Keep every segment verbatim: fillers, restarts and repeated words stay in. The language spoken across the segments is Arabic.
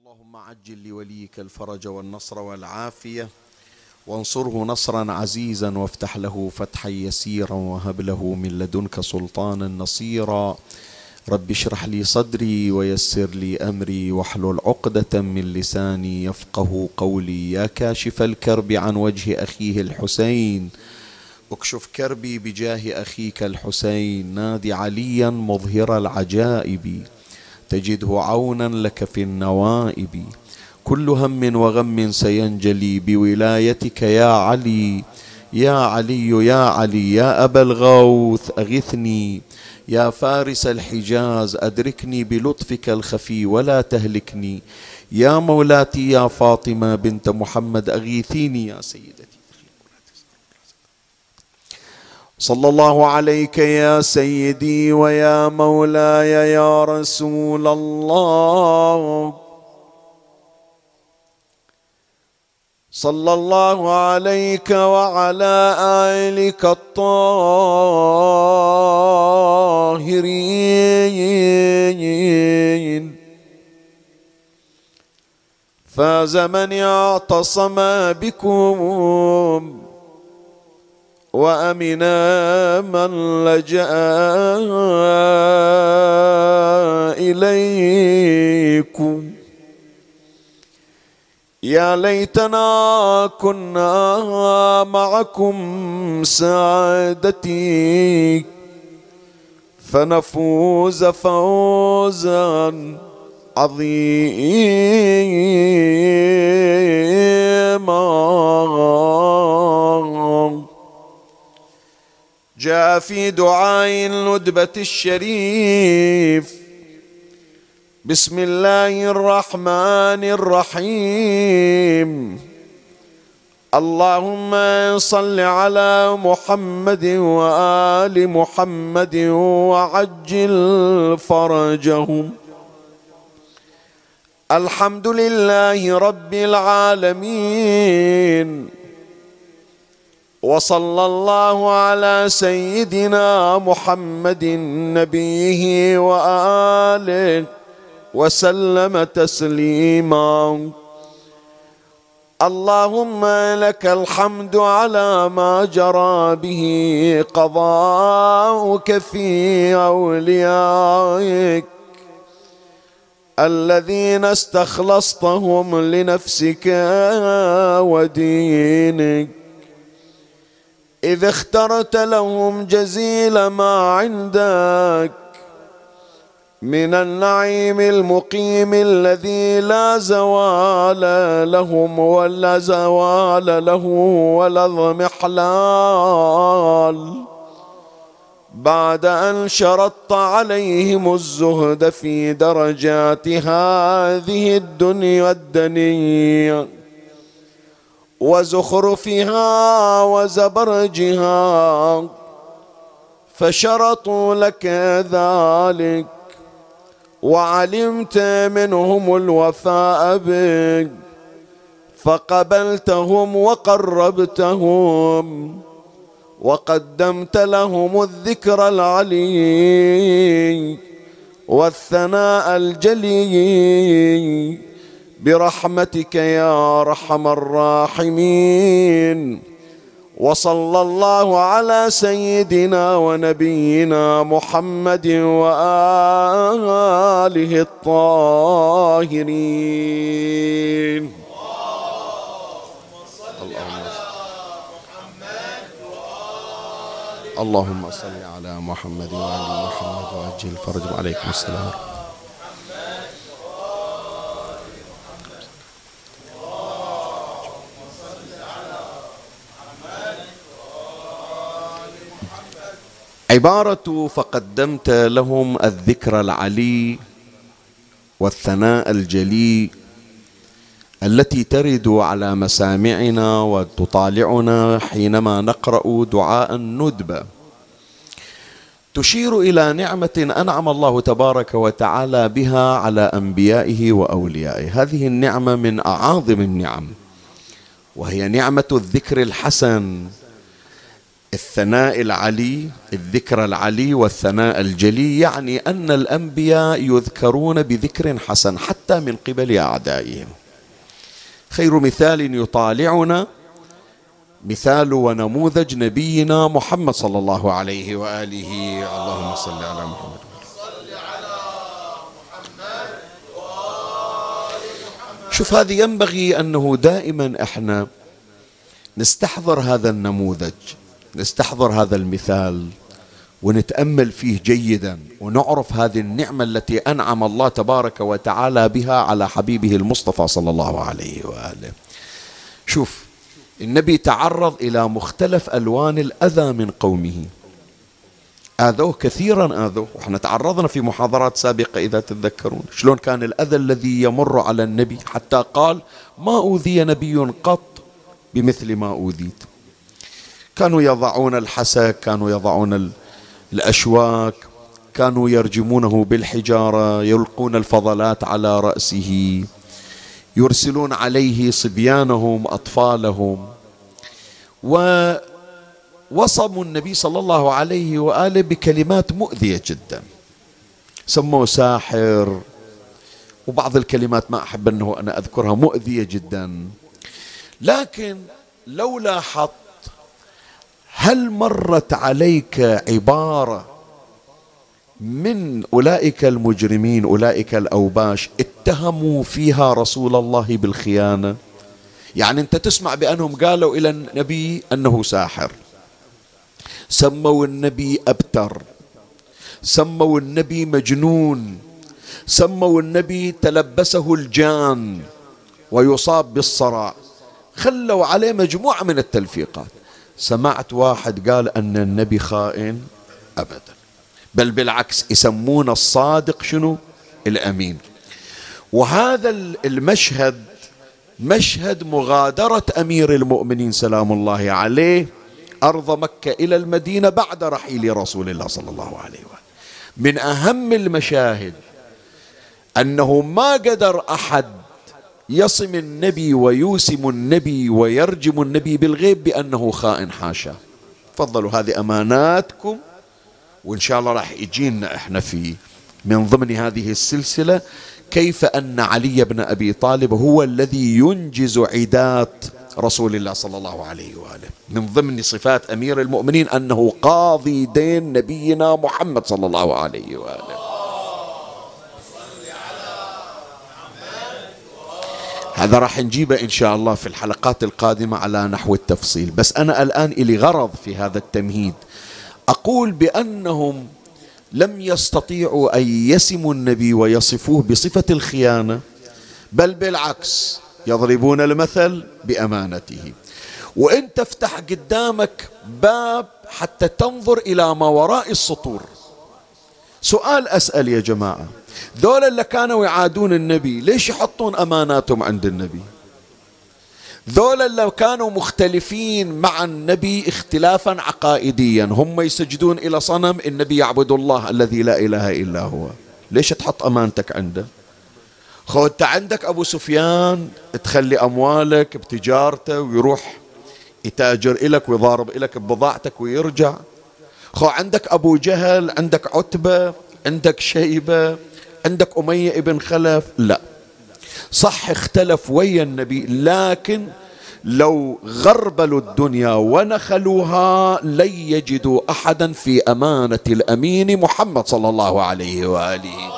اللهم عجل لوليك الفرج والنصر والعافية، وانصره نصرا عزيزا، وافتح له فتحا يسيرا، وهب له من لدنك سلطانا نصيرا. رب اشرح لي صدري ويسر لي أمري، واحلل عقدة من لساني يفقه قولي. يا كاشف الكرب عن وجه أخيه الحسين، اكشف كربي بجاه أخيك الحسين. نادي عليا مظهر العجائب، تجده عونا لك في النوائب. كل هم وغم سينجلي بولايتك يا علي. يا علي يا علي يا أبا الغوث أغثني، يا فارس الحجاز أدركني بلطفك الخفي ولا تهلكني. يا مولاتي يا فاطمة بنت محمد أغيثيني يا سيدتي. صلى الله عليك يا سيدي ويا مولاي يا رسول الله. صلى الله عليك وعلى آلك الطاهرين. فاز من اعتصم بكم، وأمنا من لجأ إليكم. يا ليتنا كنا معكم سعادتي، فنفوز فوزا عظيما. جاء في دعاء الندبة الشريف: بسم الله الرحمن الرحيم. اللهم صل على محمد وآل محمد وعجل فرجهم. الحمد لله رب العالمين، وصلى الله على سيدنا محمد نبيه وآله وسلم تسليما. اللهم لك الحمد على ما جرى به قضاؤك في أوليائك الذين استخلصتهم لنفسك ودينك، إذ اخترت لهم جزيل ما عندك من النعيم المقيم الذي لا زوال لهم ولا زوال له ولا اضمحلال، بعد أن شرطت عليهم الزهد في درجات هذه الدنيا الدنية وزخرفها وزبرجها، فشرطوا لك ذلك، وعلمت منهم الوفاء بك، فقبلتهم وقربتهم، وقدمت لهم الذكر العلي والثناء الجلي برحمتك يا أرحم الراحمين. وصلى الله على سيدنا ونبينا محمد وآله الطاهرين. اللهم صل على محمد وآل محمد وعجل فرجهم. عليكم السلام. عبارة فقدمت لهم الذكر العلي والثناء الجلي التي ترد على مسامعنا وتطالعنا حينما نقرأ دعاء الندبة، تشير إلى نعمة أنعم الله تبارك وتعالى بها على أنبيائه وأوليائه. هذه النعمة من أعاظم النعم، وهي نعمة الذكر الحسن الثناء العلي، الذكر العلي والثناء الجلي، يعني أن الأنبياء يذكرون بذكر حسن حتى من قبل أعدائهم. خير مثال يطالعنا مثال ونموذج نبينا محمد صلى الله عليه وآله. اللهم صل على محمد. شوف، هذه ينبغي أنه دائما احنا نستحضر هذا النموذج، نستحضر هذا المثال ونتأمل فيه جيدا، ونعرف هذه النعمة التي أنعم الله تبارك وتعالى بها على حبيبه المصطفى صلى الله عليه وآله. شوف، النبي تعرض إلى مختلف ألوان الأذى من قومه، آذوه كثيرا، آذوه، وإحنا تعرضنا في محاضرات سابقة إذا تتذكرون شلون كان الأذى الذي يمر على النبي، حتى قال ما أوذي نبي قط بمثل ما أوذيت. كانوا يضعون الحسك، كانوا يضعون الأشواك، كانوا يرجمونه بالحجارة، يلقون الفضلات على رأسه، يرسلون عليه صبيانهم أطفالهم، ووصموا النبي صلى الله عليه وآله بكلمات مؤذية جدا، سموه ساحر، وبعض الكلمات ما أحب أنه أنا أذكرها مؤذية جدا. لكن لو لاحظت، هل مرت عليك عبارة من أولئك المجرمين، أولئك الأوباش، اتهموا فيها رسول الله بالخيانة؟ يعني أنت تسمع بأنهم قالوا إلى النبي أنه ساحر، سموا النبي أبتر، سموا النبي مجنون، سموا النبي تلبسه الجان ويصاب بالصرع، خلوا عليه مجموعة من التلفيقات. سمعت واحد قال أن النبي خائن؟ أبدا، بل بالعكس، يسمون الصادق شنو؟ الأمين. وهذا المشهد مشهد مغادرة أمير المؤمنين سلام الله عليه أرض مكة إلى المدينة بعد رحيل رسول الله صلى الله عليه وآله، من أهم المشاهد أنه ما قدر أحد يصم النبي ويوسم النبي ويرجم النبي بالغيب بأنه خائن، حاشا. تفضلوا، هذه أماناتكم، وإن شاء الله راح يجينا إحنا في من ضمن هذه السلسلة كيف أن علي بن أبي طالب هو الذي ينجز عدات رسول الله صلى الله عليه وآله. من ضمن صفات أمير المؤمنين أنه قاضي دين نبينا محمد صلى الله عليه وآله. هذا راح نجيبه إن شاء الله في الحلقات القادمة على نحو التفصيل، بس أنا الآن إلي غرض في هذا التمهيد، أقول بأنهم لم يستطيعوا أن يسموا النبي ويصفوه بصفة الخيانة، بل بالعكس يضربون المثل بأمانته. وإنت افتح قدامك باب حتى تنظر إلى ما وراء السطور. سؤال أسأل يا جماعة، ذول اللي كانوا يعادون النبي ليش يحطون أماناتهم عند النبي؟ ذول اللي كانوا مختلفين مع النبي اختلافا عقائديا، هم يسجدون إلى صنم، النبي يعبد الله الذي لا إله إلا هو، ليش تحط أمانتك عنده؟ خو أنت عندك أبو سفيان تخلي أموالك بتجارته ويروح يتاجر إلك ويضارب إلك ببضاعتك ويرجع. خو عندك أبو جهل، عندك عتبة، عندك شيبة، عندك أمية ابن خلف. لا صح اختلف ويا النبي، لكن لو غربلوا الدنيا ونخلوها لن يجدوا أحدا في أمانة الأمين محمد صلى الله عليه وآله.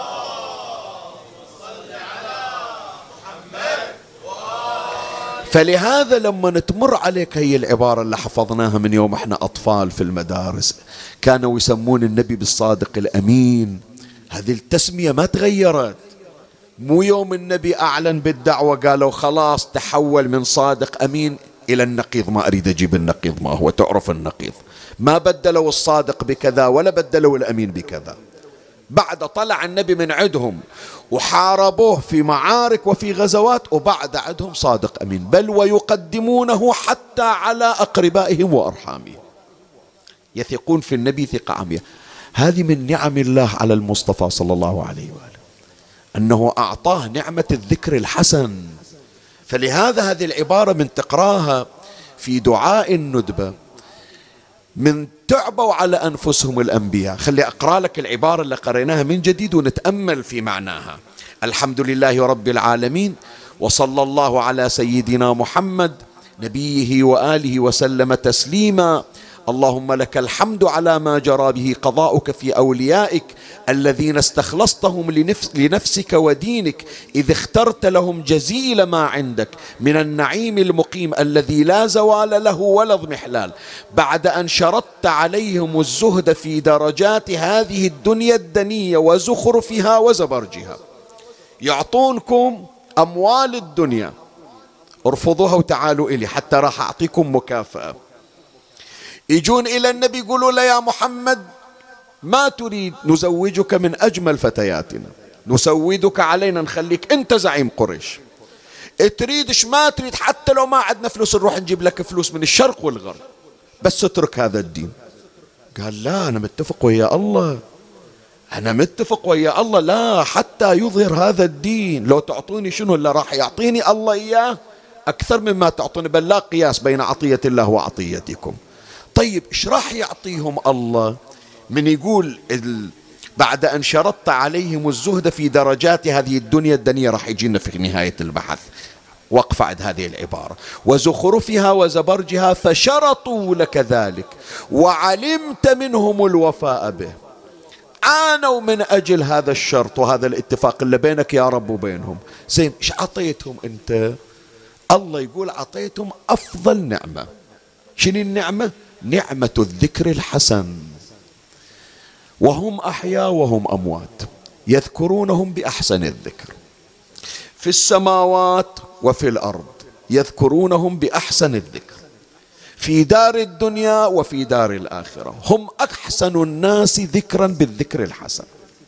فلهذا لما نتمر عليك هي العبارة اللي حفظناها من يوم احنا أطفال في المدارس، كانوا يسمون النبي بالصادق الأمين، هذه التسمية ما تغيرت. مو يوم النبي أعلن بالدعوة قالوا خلاص تحول من صادق أمين إلى النقيض، ما أريد أجيب النقيض ما هو، تعرف النقيض، ما بدلوا الصادق بكذا ولا بدلوا الأمين بكذا. بعد طلع النبي من عندهم وحاربوه في معارك وفي غزوات، وبعد عندهم صادق أمين، بل ويقدمونه حتى على أقربائهم وأرحامهم، يثقون في النبي ثقة عمياء. هذه من نعم الله على المصطفى صلى الله عليه وآله، أنه أعطاه نعمة الذكر الحسن. فلهذا هذه العبارة من تقراها في دعاء الندبة من تعبوا على أنفسهم الأنبياء. خلي أقرأ لك العبارة اللي قريناها من جديد ونتأمل في معناها. الحمد لله رب العالمين، وصلى الله على سيدنا محمد نبيه وآله وسلم تسليما. اللهم لك الحمد على ما جرى به قضاؤك في أوليائك الذين استخلصتهم لنفس لنفسك ودينك، إذ اخترت لهم جزيل ما عندك من النعيم المقيم الذي لا زوال له ولا اضمحلال، بعد أن شرطت عليهم الزهد في درجات هذه الدنيا الدنية وزخرفها وزبرجها. يعطونكم أموال الدنيا، ارفضوها وتعالوا إلي حتى راح أعطيكم مكافأة. يجون إلى النبي يقولوا له يا محمد ما تريد؟ نزوجك من أجمل فتياتنا، نسودك علينا، نخليك أنت زعيم قريش. تريدش ما تريد، حتى لو ما عندنا فلوس نروح نجيب لك فلوس من الشرق والغرب، بس اترك هذا الدين. قال لا، أنا متفق ويا الله، أنا متفق ويا الله، لا حتى يظهر هذا الدين. لو تعطوني شنو اللي راح يعطيني الله إياه أكثر مما تعطوني، بل لا قياس بين عطية الله وعطيتكم. طيب إيش راح يعطيهم الله من يقول بعد أن شرطت عليهم الزهد في درجات هذه الدنيا الدنيا؟ راح يجينا في نهاية البحث وقف عند هذه العبارة: وزخرفها وزبرجها، فشرطوا لك ذلك وعلمت منهم الوفاء به. عانوا من أجل هذا الشرط وهذا الاتفاق اللي بينك يا رب وبينهم. زين، إيش عطيتهم أنت؟ الله يقول عطيتهم أفضل نعمة. شنو النعمة؟ نعمة الذكر الحسن. وهم أحياء وهم أموات يذكرونهم بأحسن الذكر، في السماوات وفي الأرض يذكرونهم بأحسن الذكر، في دار الدنيا وفي دار الآخرة هم أحسن الناس ذكرا بالذكر الحسن.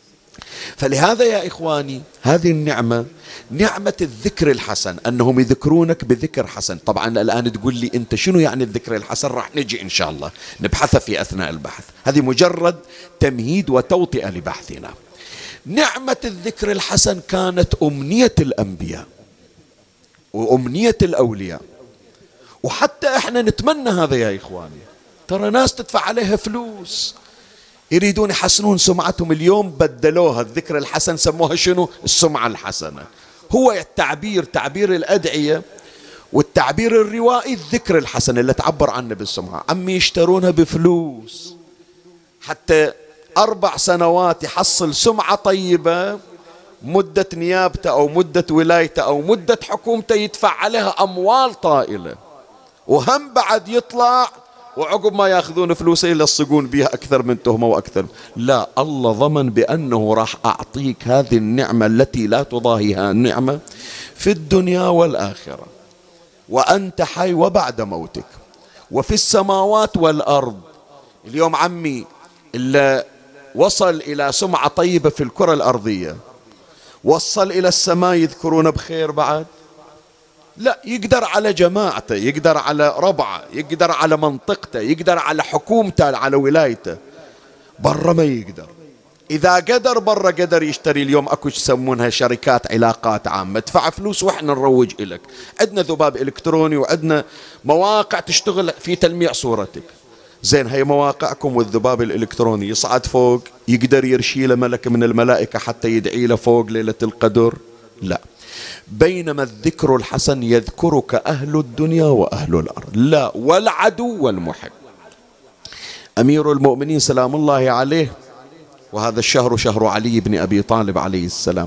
فلهذا يا إخواني هذه النعمة، نعمة الذكر الحسن، أنهم يذكرونك بذكر حسن. طبعا الآن تقول لي أنت شنو يعني الذكر الحسن؟ راح نجي إن شاء الله نبحث في أثناء البحث، هذه مجرد تمهيد وتوطئة لبحثنا. نعمة الذكر الحسن كانت أمنية الأنبياء وأمنية الأولياء، وحتى إحنا نتمنى هذا يا إخواني. ترى ناس تدفع عليها فلوس يريدون يحسنون سمعتهم، اليوم بدلوها الذكر الحسن سموها شنو؟ السمعة الحسنة. هو التعبير، تعبير الأدعية والتعبير الروائي الذكر الحسن اللي تعبر عنه بالسمعة. عمي يشترونها بفلوس حتى أربع سنوات يحصل سمعة طيبة، مدة نيابته أو مدة ولايته أو مدة حكومته يدفع عليها أموال طائلة، وهم بعد يطلع وعقب ما ياخذون فلوسه يلصقون بها أكثر من تهمة وأكثر. لا، الله ضمن بأنه راح أعطيك هذه النعمة التي لا تضاهيها النعمة في الدنيا والآخرة وأنت حي وبعد موتك، وفي السماوات والأرض. اليوم عمي اللي وصل إلى سمعة طيبة في الكرة الأرضية وصل إلى السماء يذكرون بخير بعد؟ لا، يقدر على جماعته، يقدر على ربعه، يقدر على منطقته، يقدر على حكومته، على ولايته. برا ما يقدر. إذا قدر برا قدر يشتري. اليوم أكو يسمونها شركات علاقات عامة، ادفع فلوس وإحنا نروج إلك. عندنا ذباب إلكتروني وعندنا مواقع تشتغل في تلميع صورتك. زين، هي مواقعكم والذباب الإلكتروني يصعد فوق يقدر يرشي له ملك من الملائكة حتى يدعي له فوق ليلة القدر؟ لا. بينما الذكر الحسن يذكرك أهل الدنيا وأهل الأرض، لا والعدو والمحب. أمير المؤمنين سلام الله عليه، وهذا الشهر شهر علي بن أبي طالب عليه السلام،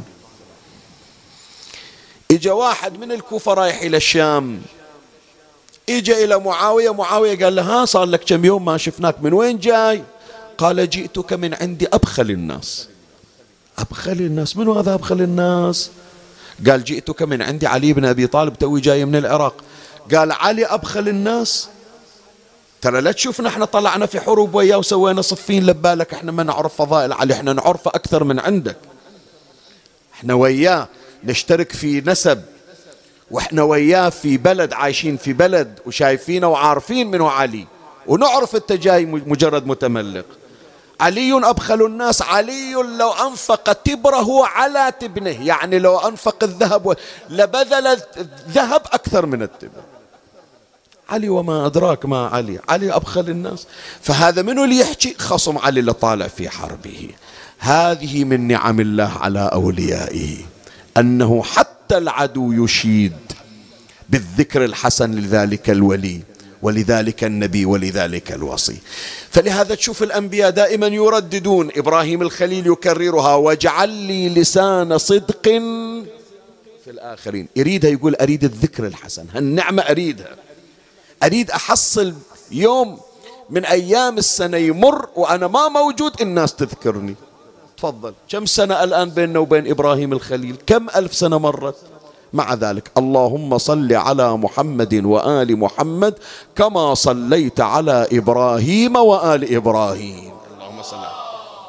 إجا واحد من الكوفة رايح إلى الشام، إجا إلى معاوية. معاوية قال له ها صار لك كم يوم ما شفناك، من وين جاي؟ قال جئتك من عند أبخل الناس. أبخل الناس؟ منو هذا أبخل الناس؟ قال جئتك من عندي علي بن أبي طالب توي جاي من العراق. قال علي أبخل الناس؟ ترى لا تشوفنا احنا طلعنا في حروب وياه وسوينا صفين، لبالك احنا ما نعرف فضائل علي، احنا نعرفه أكثر من عندك. احنا وياه نشترك في نسب، واحنا وياه في بلد، عايشين في بلد وشايفينه وعارفين منه علي، ونعرف انت جاي مجرد متملق. علي أبخل الناس. علي لو أنفق تبره على تبنه، يعني لو أنفق الذهب لبذل الذهب أكثر من التبر. علي وما أدراك ما علي، علي أبخل الناس. فهذا منو اللي يحكي؟ خصم علي اللي طالع في حربه. هذه من نعم الله على أوليائه، أنه حتى العدو يشيد بالذكر الحسن لذلك الولي ولذلك النبي ولذلك الوصي. فلهذا تشوف الأنبياء دائما يرددون، إبراهيم الخليل يكررها: واجعل لي لسان صدق في الآخرين. يريدها، يقول أريد الذكر الحسن، هالنعمة أريدها، أريد أحصل يوم من أيام السنة يمر وأنا ما موجود الناس تذكرني. تفضل، كم سنة الآن بيننا وبين إبراهيم الخليل؟ كم ألف سنة مرت؟ مع ذلك اللهم صل على محمد وآل محمد كما صليت على إبراهيم وآل إبراهيم. اللهم صل على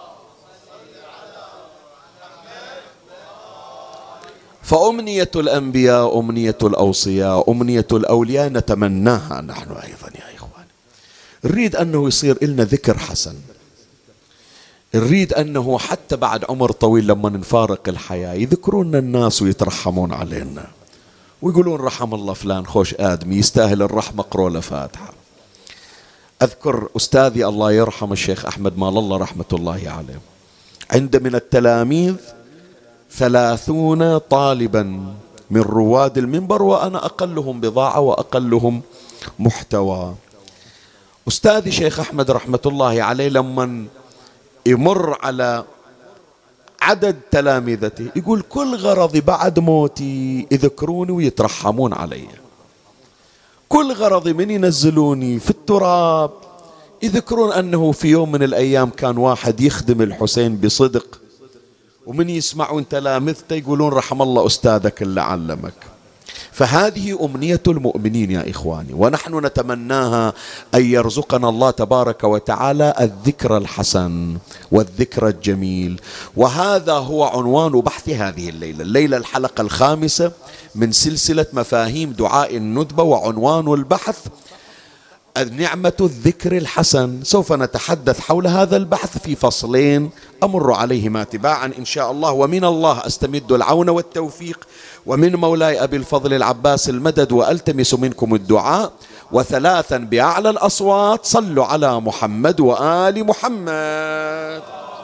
فأمنية الأنبياء أمنية الأوصياء أمنية الأولياء نتمناها نحن أيضا يا إخواني. نريد أنه يصير لنا ذكر حسن، نريد أنه حتى بعد عمر طويل لما نفارق الحياة يذكرون الناس ويترحمون علينا ويقولون رحم الله فلان، خوش آدمي يستاهل الرحمة، قروا له فاتحة. أذكر أستاذي الله يرحم الشيخ أحمد مال الله رحمة الله عليه، عند من التلاميذ ثلاثون طالبا من رواد المنبر وأنا أقلهم بضاعة وأقلهم محتوى. أستاذي شيخ أحمد رحمة الله عليه لما يمر على عدد تلامذته يقول كل غرضي بعد موتي يذكروني ويترحمون علي، كل غرضي من ينزلوني في التراب يذكرون أنه في يوم من الأيام كان واحد يخدم الحسين بصدق، ومن يسمعون تلامذته يقولون رحم الله أستاذك اللي علمك. فهذه أمنية المؤمنين يا إخواني، ونحن نتمناها أن يرزقنا الله تبارك وتعالى الذكر الحسن والذكر الجميل. وهذا هو عنوان بحث هذه الليلة، الليلة الحلقة الخامسة من سلسلة مفاهيم دعاء الندبة، وعنوان البحث نعمة الذكر الحسن. سوف نتحدث حول هذا البحث في فصلين أمر عليهما تباعا إن شاء الله، ومن الله أستمد العون والتوفيق، ومن مولاي أبي الفضل العباس المدد، وألتمس منكم الدعاء. وثلاثا بأعلى الأصوات صلوا على محمد وآل محمد.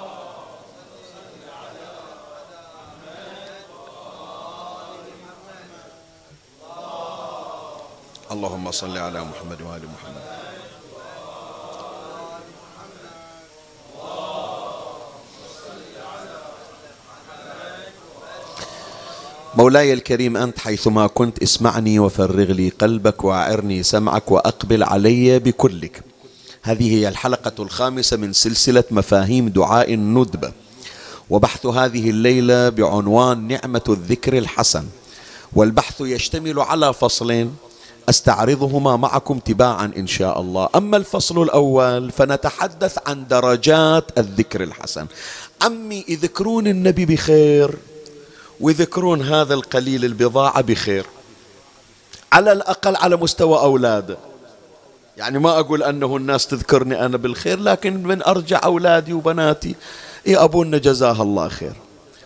اللهم صل على محمد وآل محمد. مولاي الكريم أنت حيثما كنت اسمعني وفرغ لي قلبك وأعرني سمعك وأقبل علي بكلك. هذه هي الحلقة الخامسة من سلسلة مفاهيم دعاء الندبة، وبحث هذه الليلة بعنوان نعمة الذكر الحسن، والبحث يشتمل على فصلين أستعرضهما معكم تباعا إن شاء الله. أما الفصل الأول فنتحدث عن درجات الذكر الحسن. عمي يذكرون النبي بخير ويذكرون هذا القليل البضاعة بخير، على الأقل على مستوى أولاده. يعني ما أقول أنه الناس تذكرني أنا بالخير، لكن من أرجع أولادي وبناتي إيه أبونا جزاه الله خير.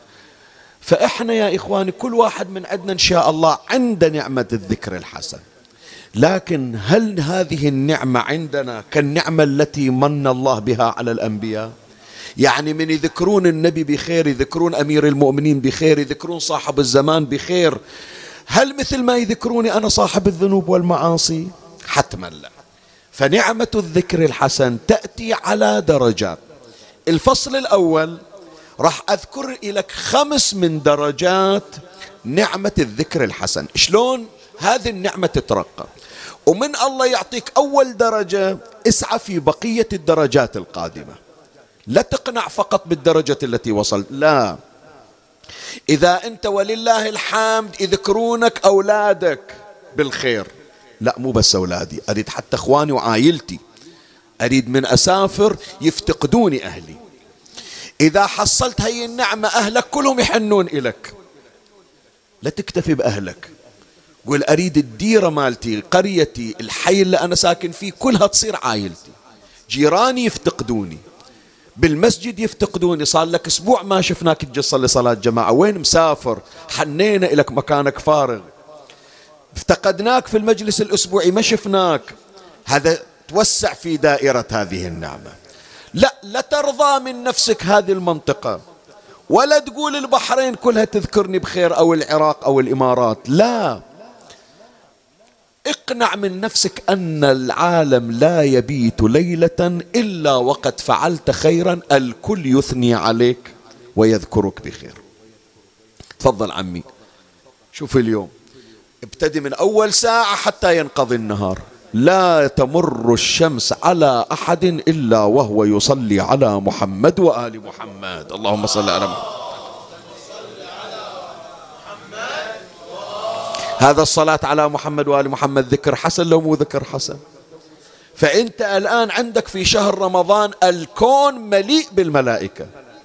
فإحنا يا إخواني كل واحد من عندنا إن شاء الله عند نعمة الذكر الحسن، لكن هل هذه النعمة عندنا كالنعمة التي من الله بها على الأنبياء؟ يعني من يذكرون النبي بخير، يذكرون أمير المؤمنين بخير، يذكرون صاحب الزمان بخير، هل مثل ما يذكروني أنا صاحب الذنوب والمعاصي؟ حتما لا. فنعمة الذكر الحسن تأتي على درجات. الفصل الأول راح أذكر لك خمس من درجات نعمة الذكر الحسن، شلون هذه النعمة تترقى. ومن الله يعطيك أول درجة اسعى في بقية الدرجات القادمة، لا تقنع فقط بالدرجة التي وصلت، لا. إذا أنت ولله الحمد يذكرونك أولادك بالخير، لا مو بس أولادي، أريد حتى أخواني وعائلتي، أريد من أسافر يفتقدوني أهلي. إذا حصلت هاي النعمة أهلك كلهم يحنون إلك، لا تكتفي بأهلك، قول أريد الديرة مالتي، قريتي، الحي اللي أنا ساكن فيه كلها تصير عائلتي، جيراني يفتقدوني، بالمسجد يفتقدوني، صار لك أسبوع ما شفناك تجي تصلي صلاة جماعة، وين مسافر؟ حنينا إلك، مكانك فارغ. افتقدناك في المجلس الأسبوعي ما شفناك. هذا توسع في دائرة هذه النعمة. لا لا ترضى من نفسك هذه المنطقة، ولا تقول البحرين كلها تذكرني بخير أو العراق أو الإمارات، لا. اقنع من نفسك أن العالم لا يبيت ليلة إلا وقد فعلت خيرا الكل يثني عليك ويذكرك بخير. تفضل عمي، شوف اليوم ابتدي من أول ساعة حتى ينقضي النهار، لا تمر الشمس على أحد إلا وهو يصلي على محمد وآل محمد. اللهم صل على محمد. هذا الصلاة على محمد وآل محمد ذكر حسن لو مو ذكر حسن. فأنت الآن عندك في شهر رمضان الكون مليء بالملائكة.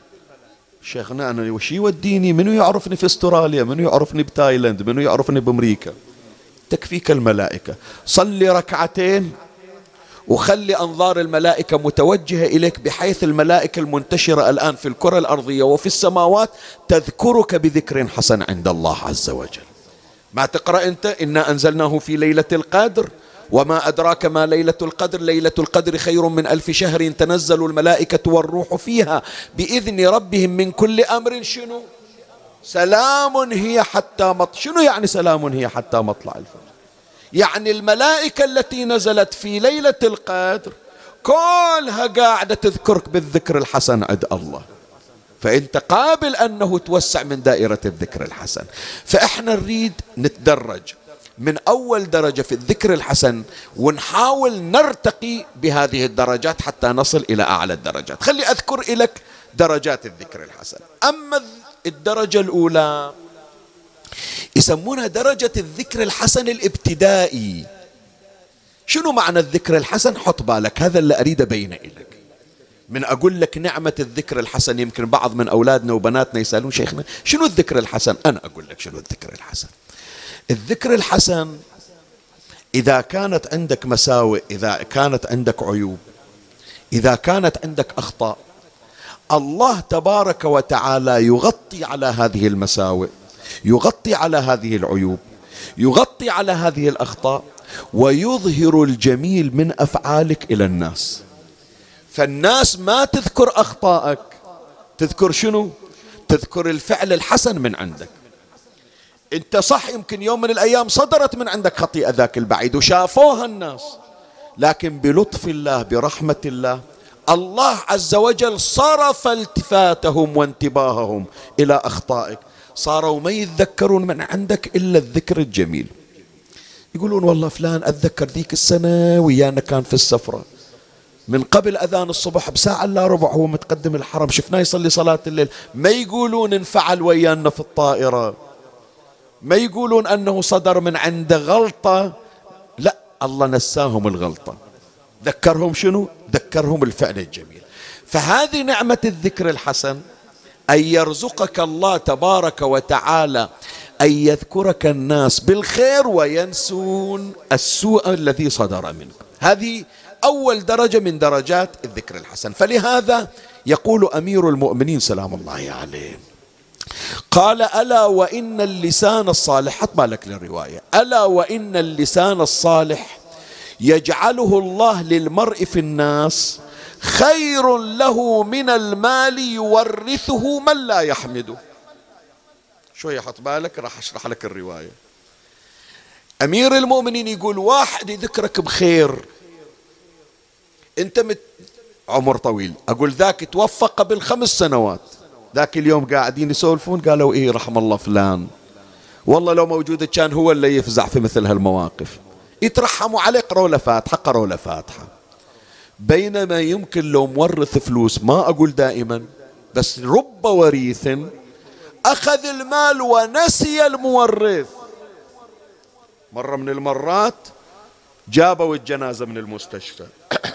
شيخنا أنا وش يوديني؟ منو يعرفني في استراليا؟ منو يعرفني بتايلاند؟ منو يعرفني بأمريكا؟ تكفيك الملائكة. صلي ركعتين وخلي أنظار الملائكة متوجهة إليك، بحيث الملائكة المنتشرة الآن في الكرة الأرضية وفي السماوات تذكرك بذكر حسن عند الله عز وجل. ما تقرأ أنت إنا أنزلناه في ليلة القدر وما أدراك ما ليلة القدر، ليلة القدر خير من ألف شهر تنزل الملائكة والروح فيها بإذن ربهم من كل أمر. شنو؟ سلام هي حتى مطلع. شنو يعني سلام هي حتى مطلع الفجر؟ يعني الملائكة التي نزلت في ليلة القدر كلها قاعدة تذكرك بالذكر الحسن عند الله، فأنت قابل أنه توسع من دائرة الذكر الحسن. فإحنا نريد نتدرج من أول درجة في الذكر الحسن ونحاول نرتقي بهذه الدرجات حتى نصل إلى أعلى الدرجات. خلي أذكر لك درجات الذكر الحسن. أما الدرجة الأولى يسمونها درجة الذكر الحسن الابتدائي. شنو معنى الذكر الحسن؟ حط بالك، هذا اللي أريد أبينه لك. من أقول لك نعمة الذكر الحسن، يمكن بعض من أولادنا وبناتنا يسألون شيخنا شنو الذكر الحسن؟ أنا أقول لك شنو الذكر الحسن. الذكر الحسن إذا كانت عندك مساوئ، إذا كانت عندك عيوب، إذا كانت عندك أخطاء، الله تبارك وتعالى يغطي على هذه المساوئ، يغطي على هذه العيوب، يغطي على هذه الأخطاء، ويظهر الجميل من أفعالك إلى الناس. فالناس ما تذكر أخطائك، تذكر شنو؟ تذكر الفعل الحسن من عندك. انت صح يمكن يوم من الأيام صدرت من عندك خطيئة ذاك البعيد وشافوها الناس، لكن بلطف الله برحمة الله الله عز وجل صرف التفاتهم وانتباههم إلى أخطائك، صاروا ما يتذكرون من عندك إلا الذكر الجميل. يقولون والله فلان أتذكر ذيك السنة ويانا كان في السفرة، من قبل أذان الصبح بساعة إلا ربع هو متقدم الحرم، شفناه يصلي صلاة الليل. ما يقولون انفعل ويانا في الطائرة، ما يقولون أنه صدر من عنده غلطة، لا، الله نساهم الغلطة، ذكرهم شنو؟ ذكرهم الفعل الجميل. فهذه نعمة الذكر الحسن، أن يرزقك الله تبارك وتعالى أن يذكرك الناس بالخير وينسون السوء الذي صدر منك. هذه أول درجة من درجات الذكر الحسن. فلهذا يقول أمير المؤمنين سلام الله عليه، قال ألا وإن اللسان الصالح، حط بالك للرواية، ألا وإن اللسان الصالح يجعله الله للمرء في الناس خير له من المال يورثه من لا يحمده. شوية حط بالك راح أشرح لك الرواية. أمير المؤمنين يقول واحد يذكرك بخير، أنت مت عمر طويل، أقول ذاك توفى قبل خمس سنوات، ذاك اليوم قاعدين يسولفون قالوا إيه رحم الله فلان، والله لو موجود كان هو اللي يفزع في مثل هالمواقف، يترحموا عليه، قروا له فاتحة قروا له فاتحة. بينما يمكن لو مورث فلوس، ما أقول دائما بس رب وريث أخذ المال ونسي المورث. مرة من المرات جابوا الجنازة من المستشفى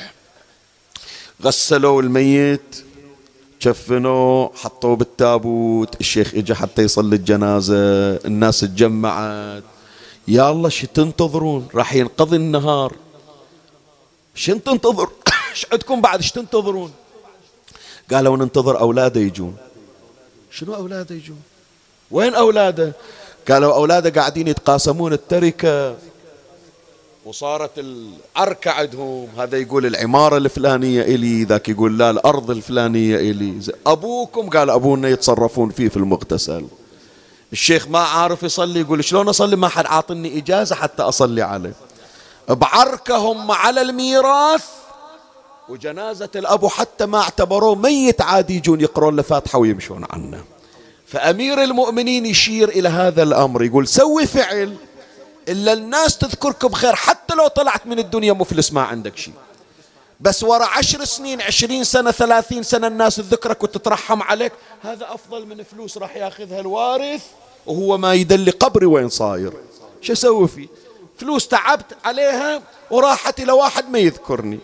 غسلوا الميت، كفنوه، حطوه بالتابوت، الشيخ اجى حتى يصلي الجنازة، الناس اتجمعت، يا الله شو تنتظرون؟ راح ينقضي النهار، شو تنتظر؟ ايش عندكم بعد؟ ايش تنتظرون؟ قالوا ننتظر اولاده يجون. شنو اولاده يجون؟ وين اولاده؟ قالوا أولاده قاعدين يتقاسمون التركة، وصارت العركة عندهم، هذا يقول العمارة الفلانية إلي، ذاك يقول لا الأرض الفلانية إلي. أبوكم؟ قال أبونا يتصرفون فيه في المغتسل. الشيخ ما عارف يصلي، يقول شلون أصلي؟ ما حد عاطني إجازة حتى أصلي عليه. بعركهم على الميراث، وجنازة الأبو حتى ما اعتبروه ميت عادي، يجون يقرون له فاتحة ويمشون عنه. فأمير المؤمنين يشير إلى هذا الأمر، يقول سوي فعل إلا الناس تذكرك بخير، حتى لو طلعت من الدنيا مفلس ما عندك شيء، بس ورا عشر سنين عشرين سنة ثلاثين سنة الناس تذكرك وتترحم عليك، هذا أفضل من فلوس راح ياخذها الوارث وهو ما يدلي قبري وين صاير. شو أسوي فيه؟ فلوس تعبت عليها وراحت إلى واحد ما يذكرني.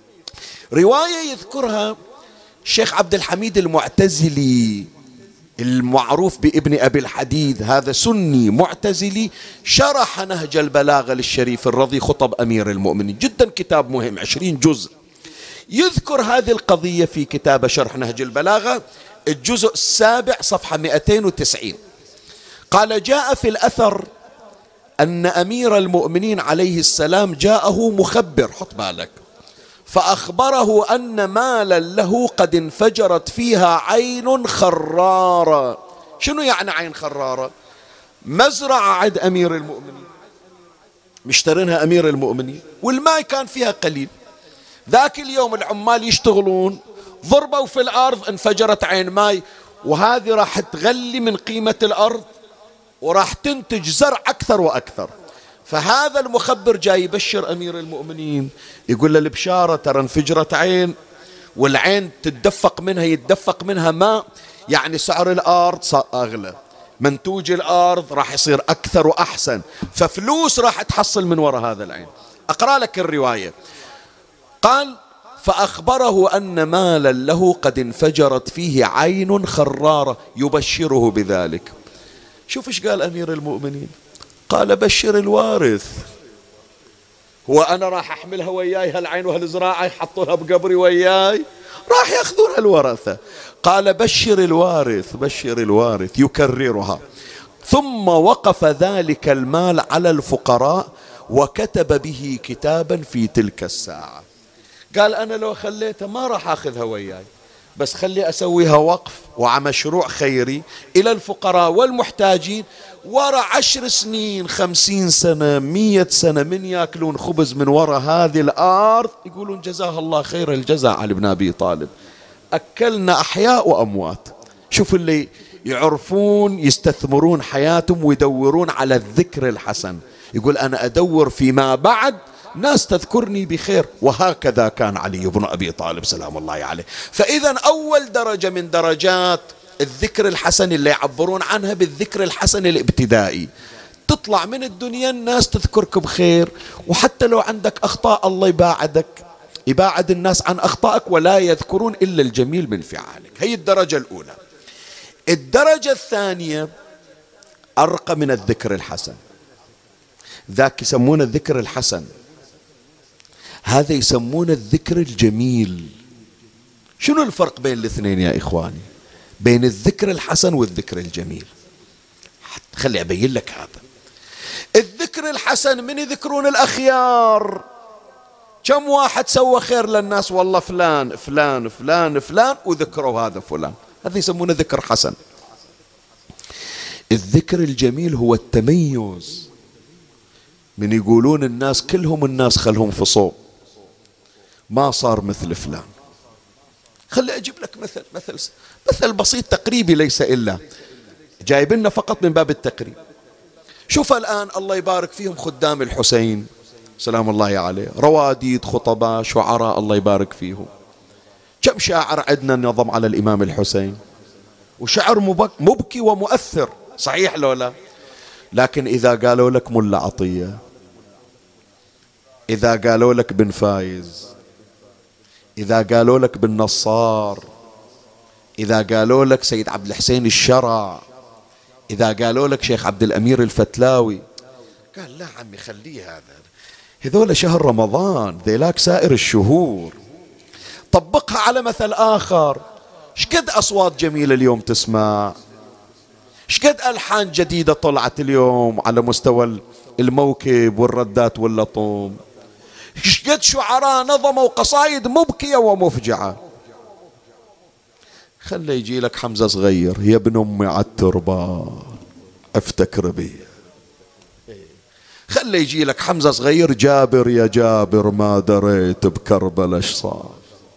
رواية يذكرها الشيخ عبد الحميد المعتزلي المعروف بابن أبي الحديد، هذا سني معتزلي، شرح نهج البلاغة للشريف الرضي خطب أمير المؤمنين، جدا كتاب مهم عشرين جزء. يذكر هذه القضية في كتاب شرح نهج البلاغة الجزء السابع صفحة مئتين وتسعين. قال جاء في الأثر أن أمير المؤمنين عليه السلام جاءه مخبر، حط بالك، فأخبره أن مالا له قد انفجرت فيها عين خرارة. شنو يعني عين خرارة؟ مزرعة عند أمير المؤمنين مشترينها أمير المؤمنين، والماء كان فيها قليل. ذاك اليوم العمال يشتغلون، ضربوا في الأرض، انفجرت عين ماء، وهذه راح تغلي من قيمة الأرض وراح تنتج زرع أكثر وأكثر. فهذا المخبر جاي يبشر أمير المؤمنين، يقول له البشارة ترى انفجرت عين، والعين تتدفق منها يتدفق منها ماء، يعني سعر الأرض صار أغلى، منتوج الأرض راح يصير أكثر وأحسن، ففلوس راح تحصل من وراء هذا العين. أقرأ لك الرواية. قال فأخبره أن مالا له قد انفجرت فيه عين خرارة يبشره بذلك. شوف ايش قال أمير المؤمنين، قال بشر الوارث، هو أنا راح أحملها وياي هالعين وهالزراعة يحطونها بقبري وياي؟ راح يأخذونها الورثة. قال بشر الوارث، بشر الوارث، يكررها. ثم وقف ذلك المال على الفقراء وكتب به كتابا في تلك الساعة. قال أنا لو خليتها ما راح أخذها وياي، بس خلي أسويها وقف ومشروع خيري إلى الفقراء والمحتاجين، ورا عشر سنين خمسين سنة مية سنة من يأكلون خبز من وراء هذه الأرض يقولون جزاه الله خير الجزاء علي بن أبي طالب، أكلنا أحياء وأموات. شوف اللي يعرفون يستثمرون حياتهم ويدورون على الذكر الحسن، يقول أنا أدور فيما بعد ناس تذكرني بخير، وهكذا كان علي بن أبي طالب سلام الله عليه. فإذا أول درجة من درجات الذكر الحسن اللي يعبرون عنها بالذكر الحسن الابتدائي، تطلع من الدنيا الناس تذكرك بخير، وحتى لو عندك أخطاء الله يباعدك، يباعد الناس عن أخطائك، ولا يذكرون إلا الجميل من فعالك. هي الدرجة الأولى. الدرجة الثانية أرقى من الذكر الحسن، ذاك يسمونه الذكر الحسن، هذا يسمونه الذكر الجميل. شنو الفرق بين الاثنين يا إخواني؟ بين الذكر الحسن والذكر الجميل. خلي أبين لك هذا. الذكر الحسن من يذكرون الأخيار، كم واحد سوى خير للناس، والله فلان فلان فلان فلان وذكروا هذا فلان، هذا يسمونه ذكر حسن. الذكر الجميل هو التميز، من يقولون الناس كلهم الناس خلهم في صوب، ما صار مثل فلان. خلي أجيب لك مثل مثل مثل بسيط تقريبي، ليس إلا جايب لنا فقط من باب التقريب. شوف الآن الله يبارك فيهم خدام الحسين سلام الله عليه، رواديد، خطباء، شعراء، الله يبارك فيهم. كم شاعر عندنا نظم على الإمام الحسين، وشعر مبكي ومؤثر، صحيح لو لا؟ لكن إذا قالوا لك ملا عطية، إذا قالوا لك بن فايز، إذا قالوا لك بن نصار، إذا قالوا لك سيد عبد الحسين الشرع، إذا قالوا لك شيخ عبد الأمير الفتلاوي، قال لا عمي خليه هذا، هذول شهر رمضان، ذيلاك سائر الشهور. طبقها على مثل آخر، شقد أصوات جميلة اليوم تسمع، شقد ألحان جديدة طلعت اليوم على مستوى الموكب والردات واللطم، شقد شعراء نظموا قصايد مبكية ومفجعة. خلي يجي لك حمزة صغير، يا ابن أمي عالتربة افتكر بي. خلي يجي لك حمزة صغير، جابر يا جابر ما دريت بكربلاء ايش صار.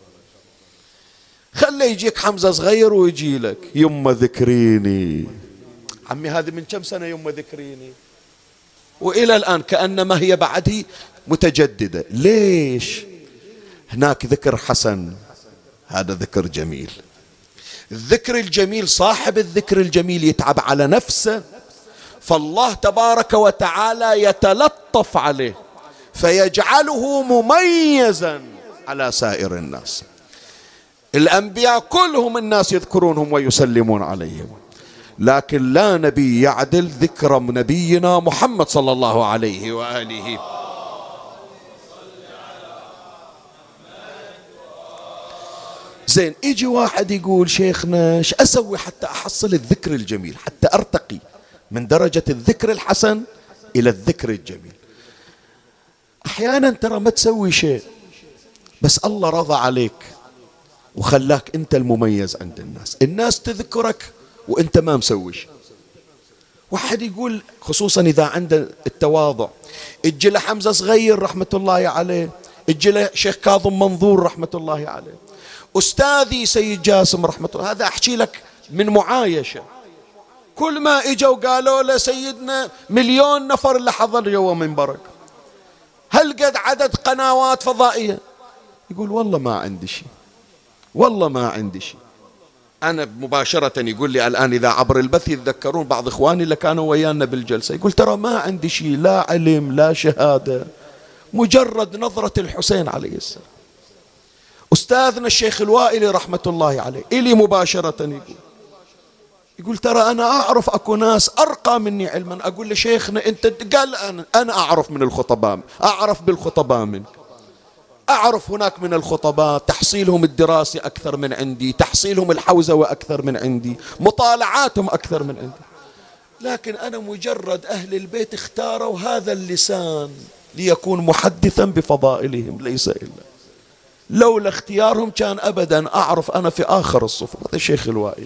خلي يجيك حمزة صغير ويجي لك يما ذكريني. عمي هذه من كم سنة يما ذكريني، وإلى الآن كأنما هي بعده متجددة. ليش؟ هناك ذكر حسن، هذا ذكر جميل. الذكر الجميل، صاحب الذكر الجميل يتعب على نفسه، فالله تبارك وتعالى يتلطف عليه فيجعله مميزا على سائر الناس. الأنبياء كلهم الناس يذكرونهم ويسلمون عليهم، لكن لا نبي يعدل ذكر نبينا محمد صلى الله عليه وآله. زين، يجي واحد يقول شيخنا ايش اسوي حتى احصل الذكر الجميل، حتى ارتقي من درجة الذكر الحسن الى الذكر الجميل. احيانا ترى ما تسوي شيء بس الله رضى عليك وخلاك انت المميز عند الناس، الناس تذكرك وانت ما مسوي شيء. واحد يقول خصوصا اذا عنده التواضع، اجي له حمزة صغير رحمة الله عليه، اجي له شيخ كاظم منظور رحمة الله عليه، أستاذي سيد جاسم رحمة الله، هذا أحكي لك من معايشة. كل ما إجوا قالوا له سيدنا مليون نفر اللي حضر جوا منبرك، هل قد عدد قنوات فضائية؟ يقول والله ما عندي شيء، والله ما عندي شيء. أنا مباشرة يقول لي الآن إذا عبر البث يتذكرون بعض إخواني اللي كانوا ويانا بالجلسة، يقول ترى ما عندي شيء، لا علم لا شهادة، مجرد نظرة الحسين عليه السلام. أستاذنا الشيخ الوائلي رحمة الله عليه إلي مباشرة يقول يقول ترى أنا أعرف أكو ناس أرقى مني علما. أقول لشيخنا أنت، قال أنا, أنا أعرف من الخطباء، أعرف بالخطباء منك، أعرف هناك من الخطباء تحصيلهم الدراسي أكثر من عندي، تحصيلهم الحوزوي أكثر من عندي، مطالعاتهم أكثر من عندي، لكن أنا مجرد أهل البيت اختاروا هذا اللسان ليكون محدثا بفضائلهم، ليس إلا لولا اختيارهم كان أبدا أعرف أنا في آخر الصفوف. هذا الشيخ الوائلي.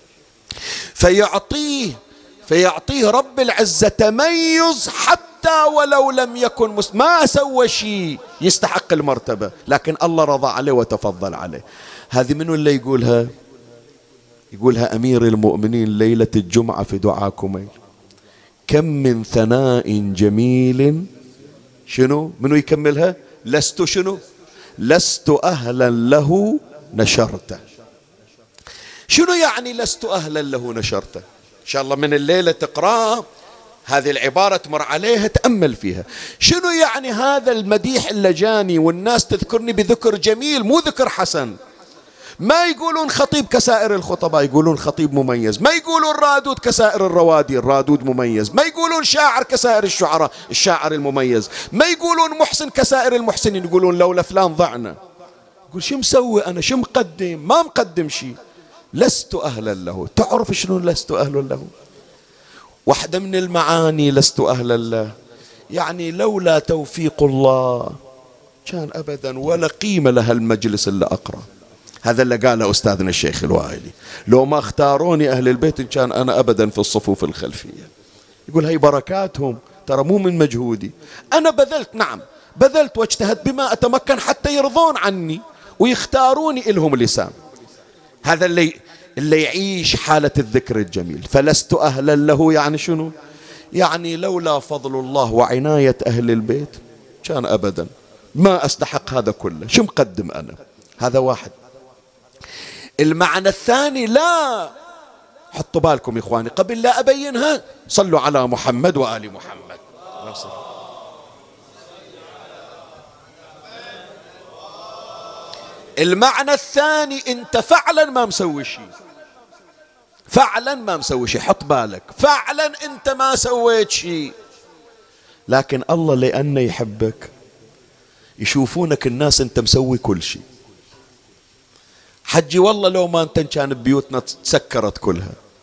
فيعطيه فيعطيه رب العزة تميز حتى ولو لم يكن مسلم، ما سوى شيء يستحق المرتبة، لكن الله رضى عليه وتفضل عليه. هذه منو اللي يقولها؟ يقولها أمير المؤمنين ليلة الجمعة في دعاء كميل: كم من ثناء جميل، شنو منو يكملها؟ لست شنو؟ لست أهلا له نشرته. شنو يعني لست أهلا له نشرته؟ إن شاء الله من الليلة تقرأ هذه العبارة تمر عليها تأمل فيها. شنو يعني هذا المديح اللي جاني والناس تذكرني بذكر جميل مو ذكر حسن؟ ما يقولون خطيب كسائر الخطباء، يقولون خطيب مميز. ما يقولون رادود كسائر الروادي، الرادود مميز. ما يقولون شاعر كسائر الشعراء، الشاعر المميز. ما يقولون محسن كسائر المحسنين، يقولون لولا فلان ضعنا. يقول شو مسوي أنا، شو مقدم؟ ما مقدم شيء. لست أهلا له. تعرف شنو لست أهلا له؟ واحدة من المعاني لست أهلا له يعني لولا توفيق الله كان أبدا ولا قيمة لها المجلس اللي أقرأ. هذا اللي قاله أستاذنا الشيخ الوائلي، لو ما اختاروني أهل البيت إن كان أنا أبدا في الصفوف الخلفية. يقول هاي بركاتهم، ترى مو من مجهودي، أنا بذلت، نعم بذلت واجتهدت بما أتمكن حتى يرضون عني ويختاروني إلهم لسان. هذا اللي اللي يعيش حالة الذكر الجميل. فلست أهلا له يعني شنو؟ يعني لولا فضل الله وعناية أهل البيت كان أبدا ما أستحق هذا كله. شو مقدم أنا؟ هذا واحد. المعنى الثاني، لا حطوا بالكم يا إخواني قبل لا أبينها، صلوا على محمد وآل محمد. المعنى الثاني، أنت فعلا ما مسوي شيء، فعلا ما مسوي شيء، حط بالك فعلا أنت ما سويت شيء، لكن الله لأنه يحبك يشوفونك الناس أنت مسوي كل شيء. حجي والله لو ما أنت كان بيوتنا تسكرت كلها،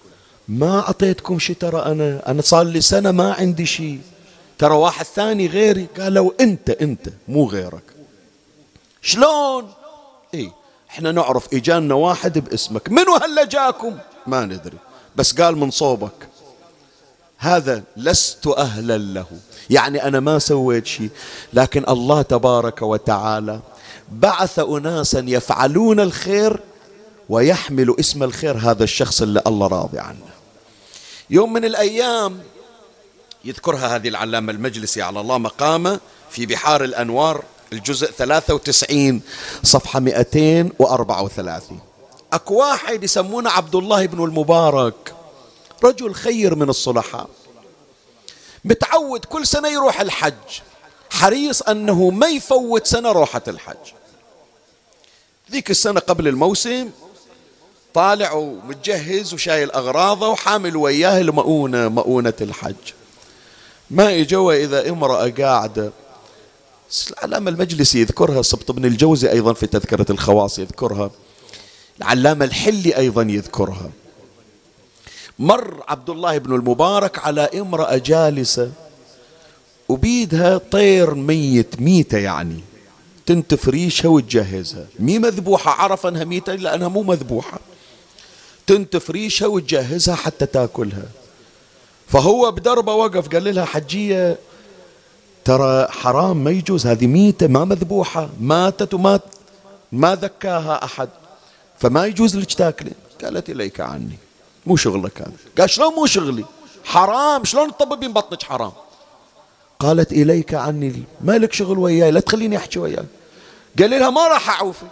ما أعطيتكم شيء، ترى أنا أنا صار لي سنة ما عندي شيء، ترى واحد ثاني غيري. قالوا أنت أنت مو غيرك. شلون؟ إيه إحنا نعرف إجانا واحد باسمك، منو هلا جاكم؟ ما ندري، بس قال من صوبك. هذا لست أهلا له، يعني أنا ما سويت شيء، لكن الله تبارك وتعالى بعث أناسا يفعلون الخير ويحمل اسم الخير هذا الشخص اللي الله راضي عنه. يوم من الأيام يذكرها هذه العلامة المجلسي على الله مقامه في بحار الأنوار الجزء ثلاثة وتسعين صفحة مئتين وأربعة وثلاثين. أكو واحد يسمونه عبد الله بن المبارك، رجل خير من الصلحاء، متعود كل سنة يروح الحج، حريص أنه ما يفوت سنة روحة الحج. ذيك السنة قبل الموسم طالع ومتجهز وشايل أغراضه وحامل وياه المؤونة، مؤونة الحج. ما يجوا إذا امرأة قاعدة، العلامة المجلسي يذكرها، سبط بن الجوزي أيضا في تذكرة الخواص يذكرها، العلامة الحلي أيضا يذكرها. مر عبد الله بن المبارك على امرأة جالسة وبيدها طير ميت، ميتة يعني، تنتف ريشها وتجهزها، مي مذبوحة، عرف أنها ميتة لأنها مو مذبوحة، تنتف ريشها وتجهزها حتى تاكلها. فهو بدربه وقف قال لها حجية ترى حرام، ما يجوز، هذه ميتة ما مذبوحة، ماتت وما ما ذكاها أحد، فما يجوز لك تاكلين. قالت إليك عني، مو شغلك هذا. قال شلون مو شغلي؟ حرام، شلون تطببين بطنك حرام؟ قالت إليك عني، ما لك شغل وياي، لا تخليني أحكي وياك. قال لها ما راح أعوفك،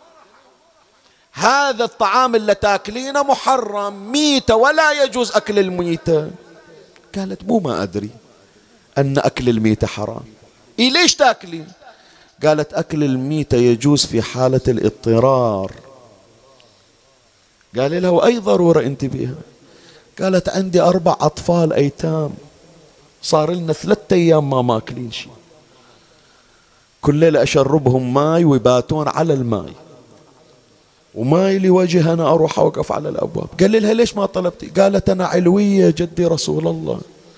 هذا الطعام اللي تاكلينه محرم، ميتة ولا يجوز أكل الميتة. قالت مو ما أدري أن أكل الميتة حرام. إيه ليش تاكلين؟ قالت أكل الميتة يجوز في حالة الاضطرار. قال لها وأي ضرورة أنت بها؟ قالت عندي أربع أطفال أيتام، صار لنا ثلاثة أيام ما ماكلين شيء، كل ليلة أشربهم ماي ويباتون على الماي، وماي لوجه أنا أروح أوقف على الأبواب. قال لها ليش ما طلبتي؟ قالت أنا علوية جدي رسول الله،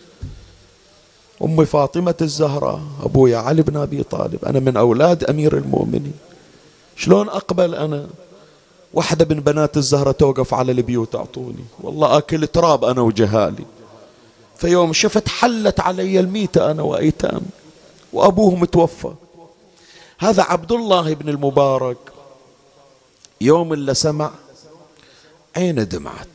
أمي فاطمة الزهراء، أبويا علي بن أبي طالب، أنا من أولاد أمير المؤمنين، شلون أقبل أنا واحدة من بنات الزهرة توقف على البيوت أعطوني؟ والله أكل تراب أنا وجهالي. فيوم شفت حلت علي الميتة أنا وأيتام وأبوه متوفى. هذا عبد الله بن المبارك يوم اللي سمع عينه دمعت،